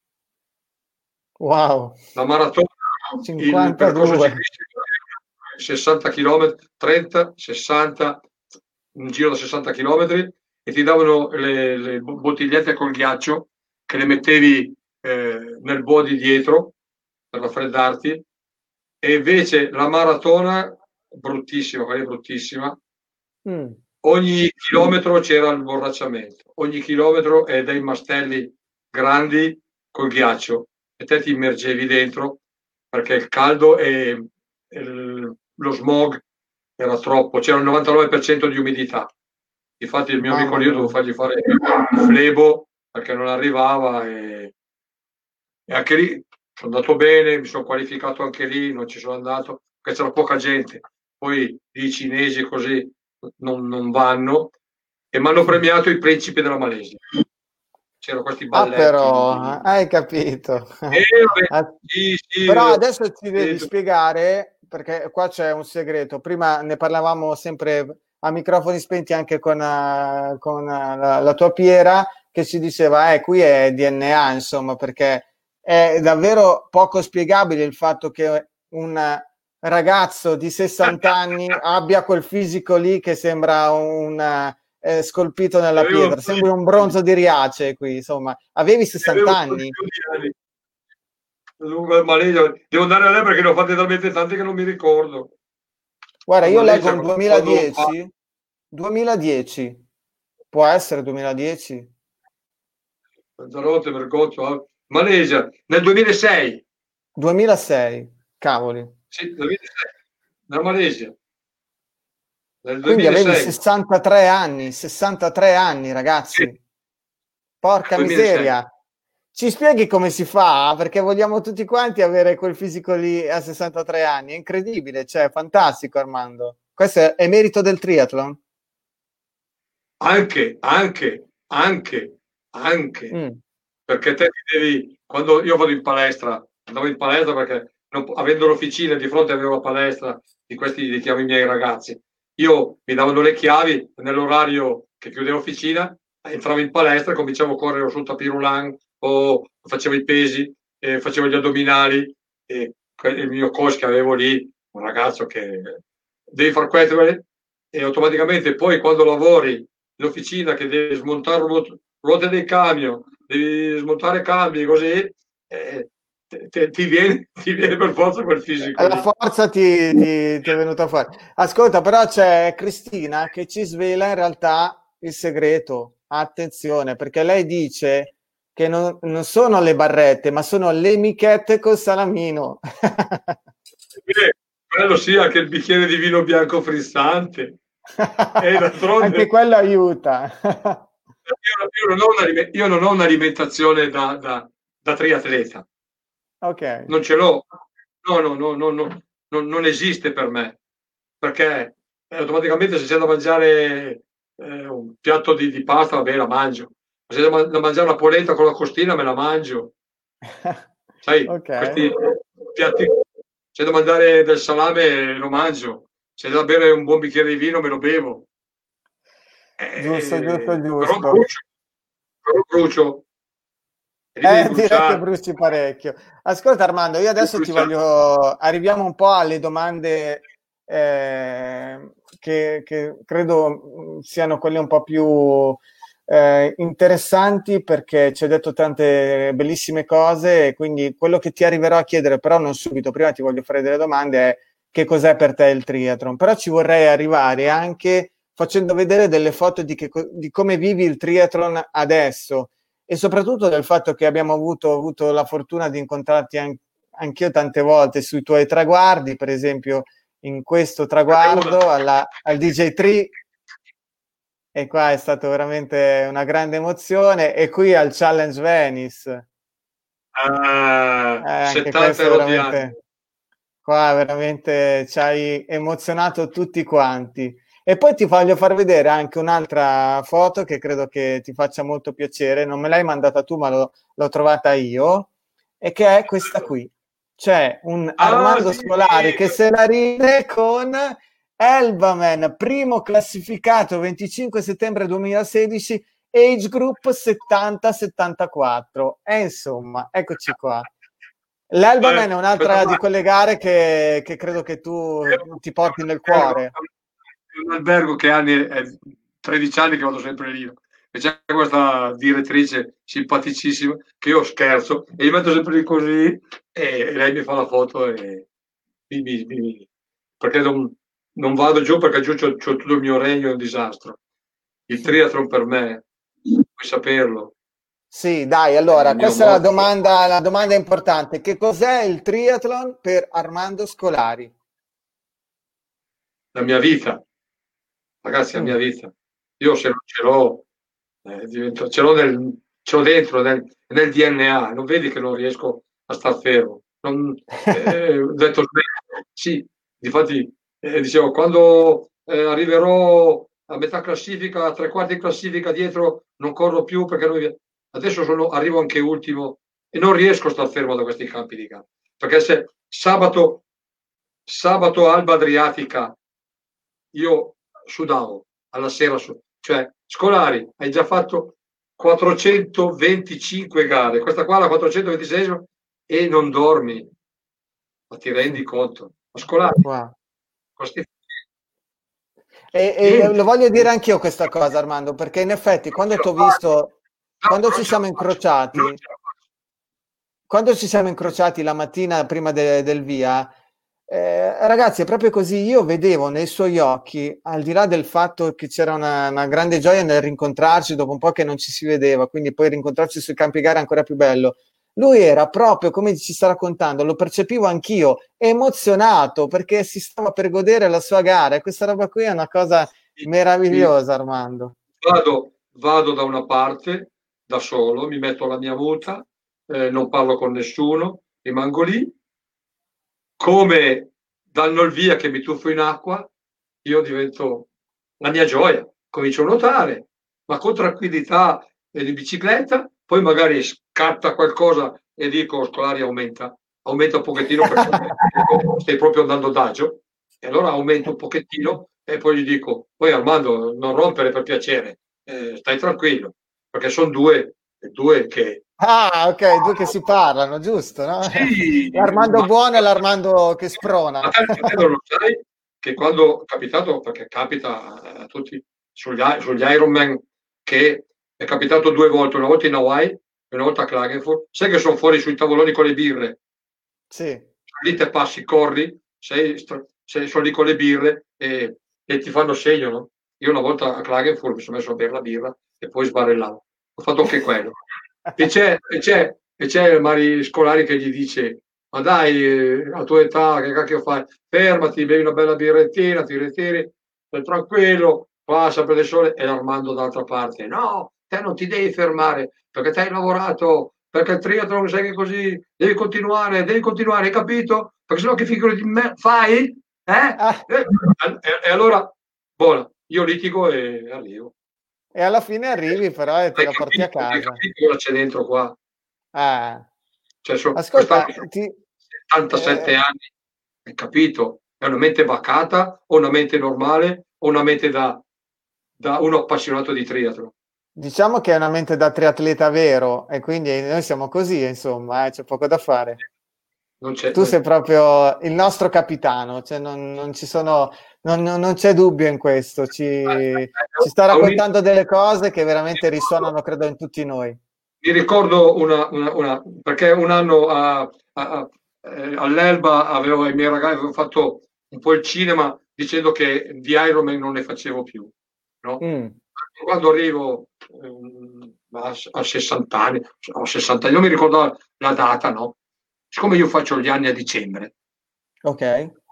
Wow. La maratona, il percorso cinquantadue. ciclistico è sessanta chilometri, trenta, sessanta, un giro da sessanta chilometri, e ti davano le, le bottigliette col ghiaccio che le mettevi eh, nel body dietro per raffreddarti. E invece la maratona, bruttissima, quella è bruttissima, Mm. ogni chilometro c'era il borracciamento, ogni chilometro e dei mastelli grandi col ghiaccio, e te ti immergevi dentro perché il caldo e, e il- lo smog era troppo, c'era il novantanove per cento di umidità. Infatti il mio amico Mamma lì, io dovevo mia. fargli fare il flebo perché non arrivava, e, e anche lì sono andato bene, mi sono qualificato anche lì, non ci sono andato perché c'era poca gente, poi i cinesi così non, non vanno, e mi hanno premiato i principi della Malesia. C'erano questi Ah, balletti però, di... hai capito. Eh, vabbè, Ah, sì, sì, però eh, adesso ci devi eh, spiegare, perché qua c'è un segreto. Prima ne parlavamo sempre a microfoni spenti anche con, eh, con eh, la, la tua Piera, che ci diceva, eh, qui è D N A, insomma, perché è davvero poco spiegabile il fatto che un ragazzo di sessanta anni abbia quel fisico lì che sembra un eh, scolpito nella avevo un pietra, po' sembra un di- bronzo di Riace qui, insomma. Avevi sessanta avevo un po' di anni? più di anni. Lungo il Malesia. Devo andare a lei perché ne ho fatte talmente tante che non mi ricordo. Guarda, La io leggo Malesia, un quando fa... duemiladieci, duemiladieci, può essere duemiladieci? Lanzarote, Mergozzo, Malesia, nel duemilasei. duemilasei, cavoli. Sì, duemilasei, nella Malesia. Nel Quindi avevi duemilasei. sessantatré anni, sessantatré anni, ragazzi. Sì. Porca duemilasei. miseria. Ci spieghi come si fa? Perché vogliamo tutti quanti avere quel fisico lì a sessantatré anni. È incredibile, cioè, fantastico, Armando. Questo è, è merito del triathlon? Anche, anche, anche, anche. Mm. Perché te ti devi... Quando io vado in palestra, andavo in palestra perché non, avendo l'officina di fronte avevo la palestra di questi, li chiamo i miei ragazzi. Io mi davano le chiavi, nell'orario che chiudevo l'officina, entravo in palestra e cominciavo a correre sul tapis roulant o facevo i pesi, eh, facevo gli addominali, e il mio coach che avevo lì, un ragazzo che devi far questo, e automaticamente poi quando lavori l'officina che devi smontare ruote, ruote dei camion, devi smontare cambi, così eh, te, ti, viene, ti viene per forza quel fisico La lì. forza ti, ti, ti è venuta fuori. Ascolta, però c'è Cristina che ci svela in realtà il segreto. Attenzione, perché lei dice che non, non sono le barrette, ma sono le michette col salamino. Eh, quello sì, anche il bicchiere di vino bianco frizzante. E d'altronde... Anche quello aiuta. Io, io, non, ho una, io non ho un'alimentazione da, da, da triatleta. Ok. Non ce l'ho. No, no, no, no, no, no, non esiste per me. Perché eh, automaticamente se c'è da mangiare eh, un piatto di, di pasta, vabbè, la mangio. Se c'è da, da mangiare una polenta con la costina, me la mangio. Sai, Okay. questi piatti, c'è da mangiare del salame, lo mangio. C'è da bere un buon bicchiere di vino, me lo bevo. Giusto, Eh, giusto, però giusto. brucio. Però brucio. E lì Eh, devi direi che bruciare. bruci parecchio. Ascolta Armando, io adesso ti voglio... Arriviamo un po' alle domande eh, che, che credo mh, siano quelle un po' più eh, interessanti, perché ci hai detto tante bellissime cose, e quindi quello che ti arriverò a chiedere, però non subito, prima ti voglio fare delle domande, è che cos'è per te il triathlon. Però ci vorrei arrivare anche facendo vedere delle foto di, che, di come vivi il triathlon adesso, e soprattutto del fatto che abbiamo avuto, avuto la fortuna di incontrarti an- anch'io tante volte sui tuoi traguardi, per esempio in questo traguardo alla, al D J tre, e qua è stato veramente una grande emozione, e qui al Challenge Venice. Ah, Eh, anche settanta questo ero veramente, qua veramente ci hai emozionato tutti quanti. E poi ti voglio far vedere anche un'altra foto che credo che ti faccia molto piacere, non me l'hai mandata tu ma l'ho, l'ho trovata io, e che è questa qui. C'è un Ah, Armando sì, Scolari sì. che se la ride con Elbaman, primo classificato venticinque settembre duemilasedici, age group settanta settantaquattro. E insomma, eccoci qua. L'Elbaman è un'altra di quelle gare che, che credo che tu ti porti nel cuore. È un albergo che anni, è tredici anni che vado sempre lì. E c'è questa direttrice simpaticissima che io scherzo e gli metto sempre lì così e lei mi fa la foto e mi, mi, mi, perché non, non vado giù perché giù c'ho, c'ho tutto il mio regno, è un disastro. Il triathlon per me, puoi saperlo. Sì, dai, allora, È il mio questa è la motto. domanda, la domanda importante. Che cos'è il triathlon per Armando Scolari? La mia vita, ragazzi, la Mm. mia vita. Io se non ce l'ho, eh, divento- ce l'ho, nel, ce l'ho dentro, nel, nel D N A, non vedi che non riesco a star fermo. Non, eh, ho detto, sì, difatti, eh, dicevo, quando eh, arriverò a metà classifica, a tre quarti di classifica dietro, non corro più perché noi, adesso sono, arrivo anche ultimo e non riesco a star fermo da questi campi di gara. Perché se sabato, sabato Alba Adriatica, io sudavo alla sera, su, cioè Scolari, hai già fatto quattrocentoventicinque gare, questa qua la quattrocentoventisei e non dormi, ma ti rendi conto? Ma Scolari, Wow. questi- E, e lo voglio dire anch'io questa cosa, Armando, perché in effetti quando ti ho visto, quando ci siamo incrociati, quando ci siamo incrociati la mattina prima de- del via, eh, ragazzi, è proprio così. Io vedevo nei suoi occhi, al di là del fatto che c'era una, una grande gioia nel rincontrarci dopo un po' che non ci si vedeva, quindi poi rincontrarci sui campi gara è ancora più bello. Lui era proprio, come ci sta raccontando, lo percepivo anch'io, emozionato perché si stava per godere la sua gara, e questa roba qui è una cosa meravigliosa, Armando. Vado, vado da una parte da solo, mi metto la mia muta, eh, non parlo con nessuno, rimango lì. Come danno il via che mi tuffo in acqua, io divento la mia gioia, comincio a nuotare, ma con tranquillità e di bicicletta, poi magari scatta qualcosa e dico Scolari aumenta, aumenta un pochettino perché stai proprio andando d'agio, e allora aumento un pochettino e poi gli dico, poi Armando non rompere per piacere, eh, stai tranquillo, perché sono due, due che Ah, ok, due che si parlano, giusto, no? Sì, L'armando ma- buono e l'armando che sprona. Ma te, ma te non lo sai che quando è capitato, perché capita a tutti sugli, sugli Ironman, che è capitato due volte, una volta in Hawaii e una volta a Klagenfurt, sai che sono fuori sui tavoloni con le birre, Sì. lì te passi, corri, sei, sei, sono lì con le birre e, e ti fanno segno, no? Io una volta a Klagenfurt mi sono messo a bere la birra e poi sbarellavo. Ho fatto anche quello. E c'è, e c'è, e c'è Mari Scolari che gli dice ma dai, eh, a tua età, che cacchio fai? Fermati, bevi una bella birrettina, ti ritiri, stai tranquillo, passa per il sole, e l'Armando dall'altra parte. No, te non ti devi fermare, perché te hai lavorato, perché il triathlon sai che così, devi continuare, devi continuare, hai capito? Perché sennò che figura di me fai? Eh? E, e allora, buona, io litigo e arrivo. E alla fine arrivi però e te Hai la porti a capito, hai casa. capito cosa c'è dentro qua? Ah. Cioè, so, Ascolta, quest'anno ti, settantasette eh, anni, hai capito? È una mente vacata o una mente normale o una mente da, da uno appassionato di triathlon? diciamo che è una mente da triatleta vero, e quindi noi siamo così, insomma, eh, c'è poco da fare. Non c'è, Tu non- sei proprio il nostro capitano, cioè non, non ci sono, non, non- non c'è dubbio in questo. Ci, ci sta raccontando delle cose che veramente risuonano, credo, in tutti noi. Mi ricordo una, una, una- perché un anno a, a- a- eh, all'Elba avevo i miei ragazzi, avevo fatto un po' il cinema dicendo che di Ironman non ne facevo più, no? Mm. Quando arrivo ehm, a, a sessanta anni, a sessanta anni, non mi ricordo la data, no? Siccome io faccio gli anni a dicembre Ok,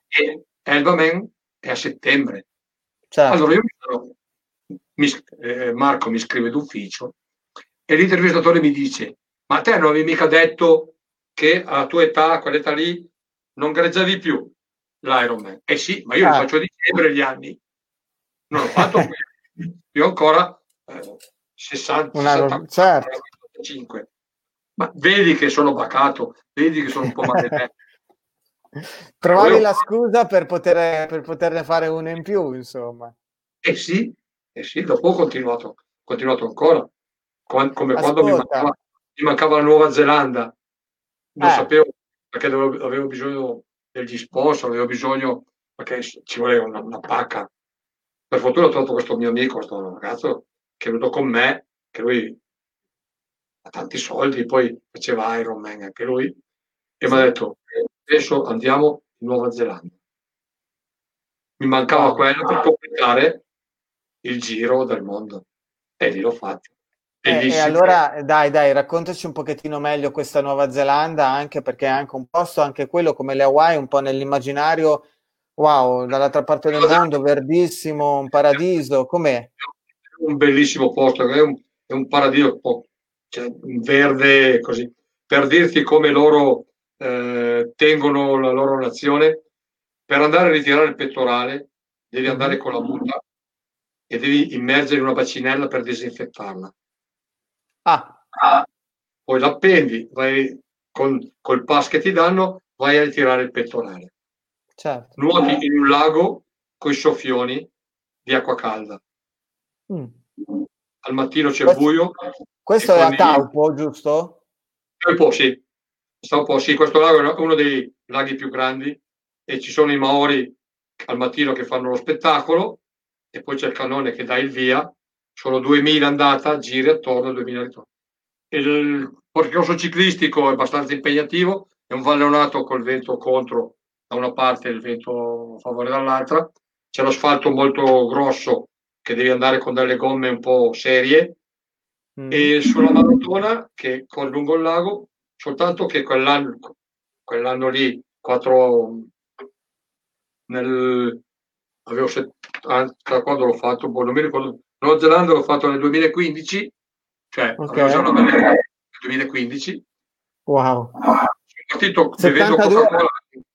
e Elbaman è a settembre, certo. allora io mi sono- mi, eh, Marco mi scrive d'ufficio e l'intervistatore mi dice: ma te non avevi mica detto che alla tua età, a quell'età lì, non gareggiavi più l'Ironman? Eh sì, ma io li Ah. faccio a dicembre gli anni. non l'ho fatto, io ancora eh, sessanta, Una, sessanta, certo. sessantacinque. Ma vedi che sono bacato, vedi che sono un po' maledetto. Trovavi Quello- la scusa per, poter, per poterne fare uno in più, insomma. Eh sì, eh sì, dopo ho continuato, ho continuato ancora, Qua- come quando mi Ascolta. mancava, mi mancava la Nuova Zelanda, non Eh. sapevo, perché dovevo- avevo bisogno degli sponsor, avevo bisogno, perché ci voleva una, una pacca. Per fortuna ho trovato questo mio amico, questo ragazzo, che è venuto con me, che lui ha tanti soldi, poi faceva Ironman anche lui, e mi ha detto, adesso andiamo in Nuova Zelanda. Mi mancava Wow. quello per completare il giro del mondo. E lì l'ho fatto. E, e Bellissimo. allora, dai, dai, raccontaci un pochettino meglio questa Nuova Zelanda, anche perché è anche un posto, anche quello come le Hawaii, un po' nell'immaginario, wow, dall'altra parte del mondo, verdissimo, un paradiso, com'è? È un bellissimo posto, è un, è un paradiso, un po', cioè, un verde così. Per dirti come loro eh, tengono la loro nazione, per andare a ritirare il pettorale devi andare Mhm. con la muta e devi immergere in una bacinella per disinfettarla. Ah, Poi l'appendi, vai con, col pass che ti danno, vai a ritirare il pettorale. certo. Nuoti in un lago con i soffioni di acqua calda. Mm. Al mattino c'è Questo- buio. Questo e è a quando- Taupo, giusto? Un po' sì. Sta un po' sì. Questo lago è uno dei laghi più grandi e ci sono i Maori al mattino che fanno lo spettacolo e poi c'è il cannone che dà il via. Sono duemila andata, giri attorno e duemila ritorno. Il percorso ciclistico è abbastanza impegnativo, è un vallonato col vento contro da una parte e il vento a favore dall'altra. C'è l'asfalto molto grosso che devi andare con delle gomme un po' serie Mm. e sulla maratona che corre lungo il lago, soltanto che quell'anno, quell'anno lì, quattro nel avevo set, ah, quando l'ho fatto, boh, non mi ricordo, Nuova Zelanda l'ho fatto nel duemilaquindici, cioè Ok. avevo già una bella età nel duemilaquindici, Wow. sono partito bevendo settantadue Coca-Cola.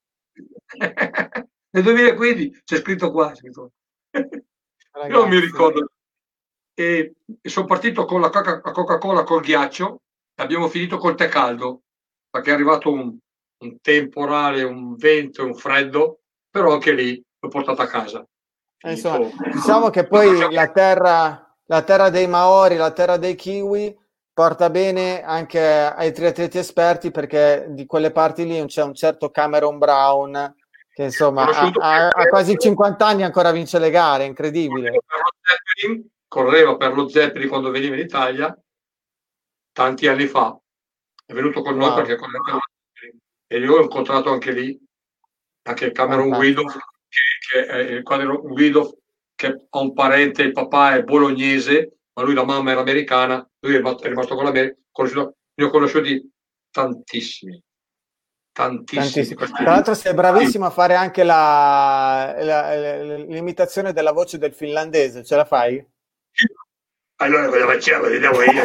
Nel duemilaquindici c'è scritto qua, c'è scritto. Io non mi Ragazzi. ricordo. E, e sono partito con la Coca- la Coca-Cola col ghiaccio e abbiamo finito col tè caldo perché è arrivato un, un temporale, un vento e un freddo, però anche lì l'ho portato a casa. Eh, Insomma, diciamo che poi la terra, la terra dei Maori, la terra dei Kiwi porta bene anche ai triatleti esperti perché di quelle parti lì c'è un certo Cameron Brown che insomma ha, ha- ha quasi cinquanta anni e ancora vince le gare, incredibile. Correva per lo Zeppelin quando veniva in Italia tanti anni fa, è venuto con noi Wow. perché correva per lo Zeppelin. E io ho incontrato anche lì anche Cameron Fantastico. Guido che, che è, quando Guido che ha un parente, il papà è bolognese ma lui la mamma era americana, lui è rimasto, è rimasto con l'America, conosciuto, ne ho conosciuti tantissimi tantissimi. Tantissimo. Tra l'altro sei bravissimo a fare anche la, la- la- l'imitazione della voce del finlandese, ce la fai? Allora cosa facciamo? Vediamo io.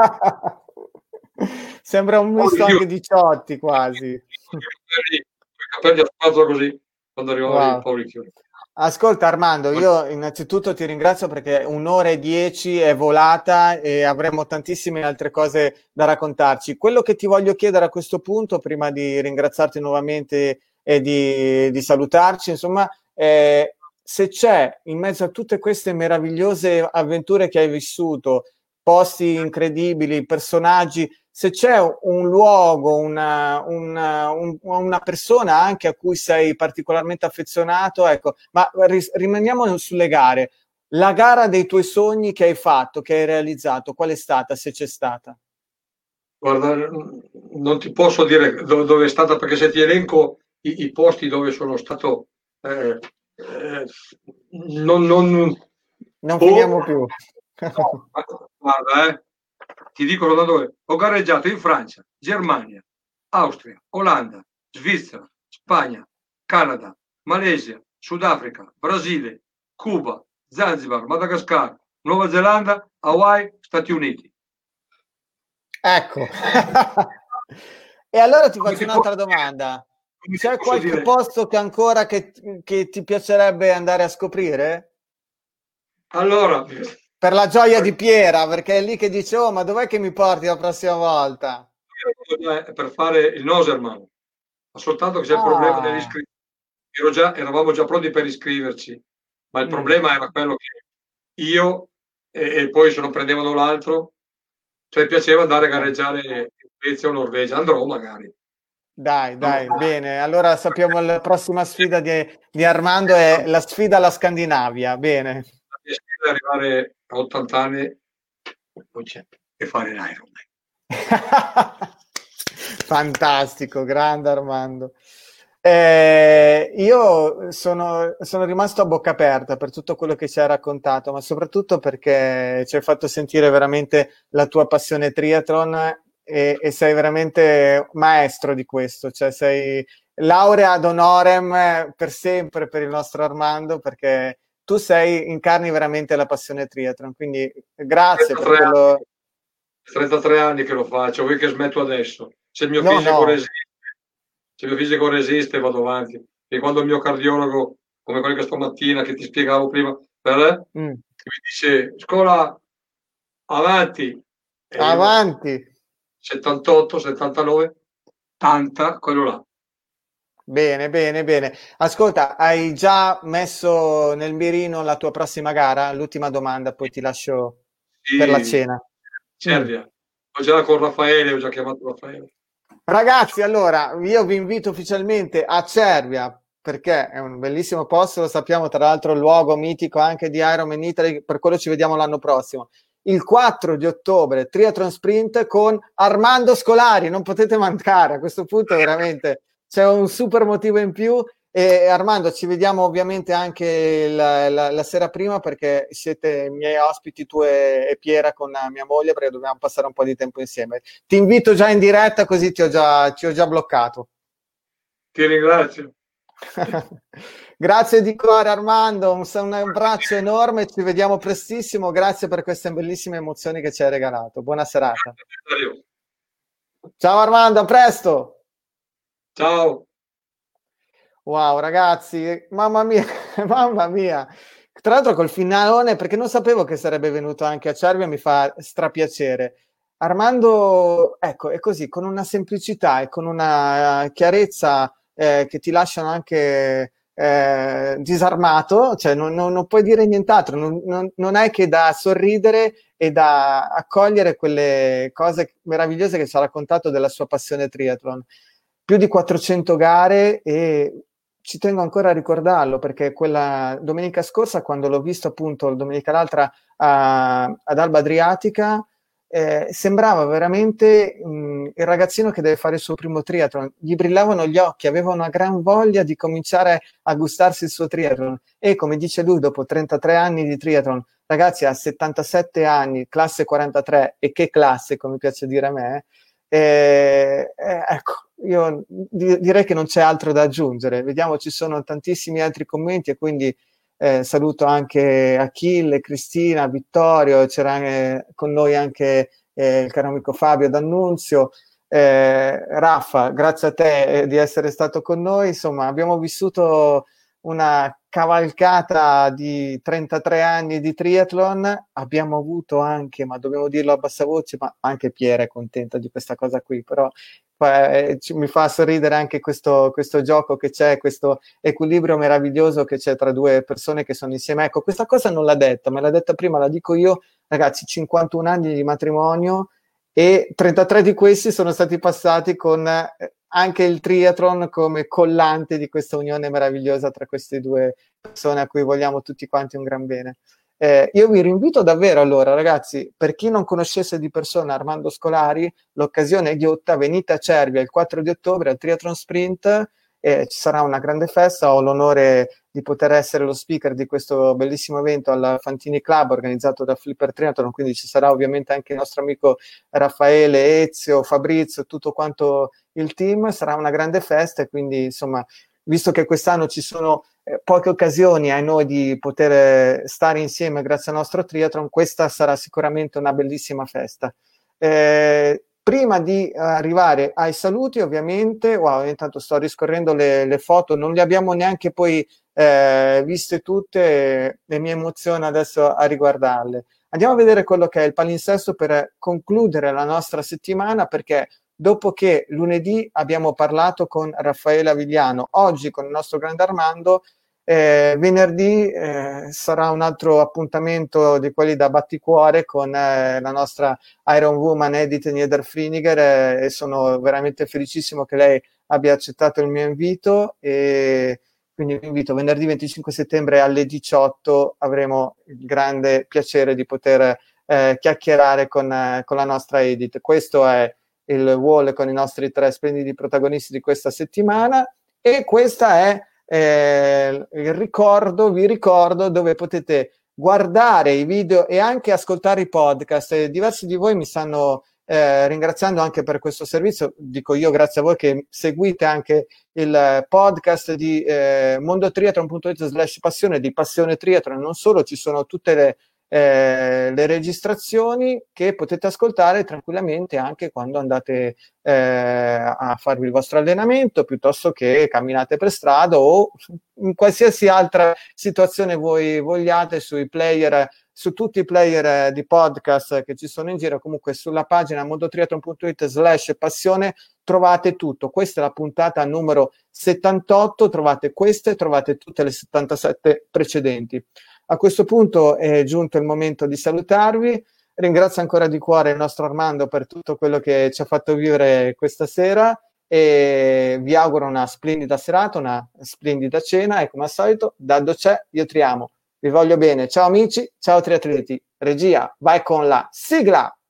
Sembra un misto Oh, io- anche di Ciotti quasi. I capelli a spazzo così quando arrivava Wow. il Paolo Chiuri. Ascolta Armando, io innanzitutto ti ringrazio perché un'ora e dieci è volata e avremo tantissime altre cose da raccontarci. Quello che ti voglio chiedere a questo punto, prima di ringraziarti nuovamente e di, di salutarci, insomma, è se c'è in mezzo a tutte queste meravigliose avventure che hai vissuto, posti incredibili, personaggi, se c'è un luogo, una, una, un- una persona anche a cui sei particolarmente affezionato, ecco, ma ri- rimaniamo sulle gare. La gara dei tuoi sogni che hai fatto, che hai realizzato, qual è stata, se c'è stata? Guarda, non ti posso dire do- dove è stata perché se ti elenco i, i posti dove sono stato, eh, eh, non, non, Non boh. finiamo più. No, guarda, eh, ti dico da dove. Ho gareggiato in Francia, Germania, Austria, Olanda, Svizzera, Spagna, Canada, Malesia, Sudafrica, Brasile, Cuba, Zanzibar, Madagascar, Nuova Zelanda, Hawaii, Stati Uniti. Ecco. E allora ti Come faccio ti un'altra posso dire? domanda. Come ti C'è posso qualche dire? posto che ancora che, che ti piacerebbe andare a scoprire? Allora, per la gioia di Piera, perché è lì che dice, oh, ma dov'è che mi porti la prossima volta? Per fare il Noserman, ma soltanto che c'è il Ah. problema dell'iscrizione. Ero già, eravamo già pronti per iscriverci, ma il Mm. problema era quello che io e, e poi se non prendevano l'altro, cioè piaceva andare a gareggiare in Svezia o Norvegia, andrò magari. Dai, dai, No. bene. Allora sappiamo la prossima sfida di, di Armando è la sfida alla Scandinavia. Bene. La mia sfida è arrivare a ottanta anni e fare l'Ironman. Fantastico, grande Armando. Eh, io sono, sono rimasto a bocca aperta per tutto quello che ci hai raccontato, ma soprattutto perché ci hai fatto sentire veramente la tua passione triathlon e, e sei veramente maestro di questo, cioè sei laurea ad honorem per sempre per il nostro Armando, perché tu sei, incarni veramente la passione triathlon, quindi grazie per quello. Anni, trentatré anni che lo faccio, vuoi che smetto adesso? Se il mio No, fisico no. resiste, se il mio fisico resiste vado avanti. E quando il mio cardiologo, come quello che stamattina che ti spiegavo prima, eh, Mm. mi dice scuola avanti, e Avanti. settantotto, settantanove, ottanta, quello là. Bene, bene, bene. Ascolta, hai già messo nel mirino la tua prossima gara? L'ultima domanda, poi ti lascio Sì, per la cena. Cervia. Mm. Ho già con Raffaele, ho già chiamato Raffaele. Ragazzi, allora, io vi invito ufficialmente a Cervia, perché è un bellissimo posto, lo sappiamo, tra l'altro luogo mitico anche di Ironman Italy, per quello ci vediamo l'anno prossimo. Il quattro di ottobre, Triathlon Sprint con Armando Scolari, non potete mancare, a questo punto veramente c'è un super motivo in più. E Armando, ci vediamo ovviamente anche la, la, la sera prima, perché siete miei ospiti, tu e, e Piera, con mia moglie, perché dobbiamo passare un po' di tempo insieme. Ti invito già in diretta, così ti ho già, ti ho già bloccato. Ti ringrazio. Grazie di cuore Armando, un, un abbraccio enorme, ci vediamo prestissimo, grazie per queste bellissime emozioni che ci hai regalato. Buona serata. Ciao Armando, a presto. Ciao. Wow, ragazzi, mamma mia, mamma mia. Tra l'altro col finalone, perché non sapevo che sarebbe venuto anche a Cervia, mi fa strapiacere. Armando, ecco, è così, con una semplicità e con una chiarezza eh, che ti lasciano anche eh, disarmato, cioè non, non, non puoi dire nient'altro, non, non, non hai che da sorridere e da accogliere quelle cose meravigliose che ci ha raccontato della sua passione triathlon. Più di quattrocento gare, e ci tengo ancora a ricordarlo, perché quella domenica scorsa, quando l'ho visto appunto domenica l'altra a, ad Alba Adriatica, eh, sembrava veramente mh, il ragazzino che deve fare il suo primo triathlon. Gli brillavano gli occhi, aveva una gran voglia di cominciare a gustarsi il suo triathlon. E come dice lui, dopo trentatré anni di triathlon, ragazzi, a settantasette anni, classe quarantatré, e che classe, come piace dire a me, eh, eh, ecco, io di- direi che non c'è altro da aggiungere. Vediamo, ci sono tantissimi altri commenti, e quindi eh, saluto anche Achille, Cristina, Vittorio, c'era anche con noi anche eh, il caro amico Fabio D'Annunzio. Eh, Raffa, grazie a te eh, di essere stato con noi. Insomma, abbiamo vissuto una cavalcata di trentatré anni di triathlon. Abbiamo avuto anche, ma dobbiamo dirlo a bassa voce, ma anche Piera è contenta di questa cosa qui, però eh, ci, mi fa sorridere anche questo, questo gioco che c'è, questo equilibrio meraviglioso che c'è tra due persone che sono insieme. Ecco, questa cosa non l'ha detta, me l'ha detta prima, la dico io, ragazzi, cinquantuno anni di matrimonio, e trentatré di questi sono stati passati con eh, anche il triathlon come collante di questa unione meravigliosa tra queste due persone a cui vogliamo tutti quanti un gran bene. Eh, io vi rinvito davvero, allora, ragazzi, per chi non conoscesse di persona Armando Scolari, l'occasione è ghiotta, venite a Cervia il quattro di ottobre al Triathlon Sprint, eh, ci sarà una grande festa. Ho l'onore di poter essere lo speaker di questo bellissimo evento al Fantini Club organizzato da Flipper Triathlon, quindi ci sarà ovviamente anche il nostro amico Raffaele, Ezio, Fabrizio, tutto quanto il team. Sarà una grande festa, e quindi insomma, visto che quest'anno ci sono eh, poche occasioni a noi di poter stare insieme grazie al nostro triathlon, questa sarà sicuramente una bellissima festa. Eh, prima di arrivare ai saluti, ovviamente, wow, intanto sto riscorrendo le, le foto, non le abbiamo neanche poi eh, viste tutte e mi emoziona adesso a riguardarle. Andiamo a vedere quello che è il palinsesto per concludere la nostra settimana, perché dopo che lunedì abbiamo parlato con Raffaele Avigliano, oggi con il nostro grande Armando, eh, venerdì eh, sarà un altro appuntamento di quelli da batticuore con eh, la nostra Iron Woman Edith Niederfriniger, eh, e sono veramente felicissimo che lei abbia accettato il mio invito, e quindi vi invito venerdì venticinque settembre alle diciotto, avremo il grande piacere di poter eh, chiacchierare con, eh, con la nostra Edith. Questo è il wall con i nostri tre splendidi protagonisti di questa settimana, e questa è eh, il ricordo, vi ricordo dove potete guardare i video e anche ascoltare i podcast. E diversi di voi mi stanno eh, ringraziando anche per questo servizio, dico io grazie a voi che seguite anche il podcast di eh, mondotriathlon punto it slash passione, di Passione Triathlon, non solo, ci sono tutte le Eh, le registrazioni che potete ascoltare tranquillamente anche quando andate eh, a farvi il vostro allenamento, piuttosto che camminate per strada o in qualsiasi altra situazione voi vogliate, sui player, su tutti i player di podcast che ci sono in giro. Comunque sulla pagina mondotriathlon punto it slash passione trovate tutto. Questa è la puntata numero settantotto, trovate queste, trovate tutte le settantasette precedenti. A questo punto è giunto il momento di salutarvi. Ringrazio ancora di cuore il nostro Armando per tutto quello che ci ha fatto vivere questa sera, e vi auguro una splendida serata, una splendida cena, e come al solito, Daddo c'è, io triamo. Vi voglio bene. Ciao amici, ciao triatleti. Regia, vai con la sigla!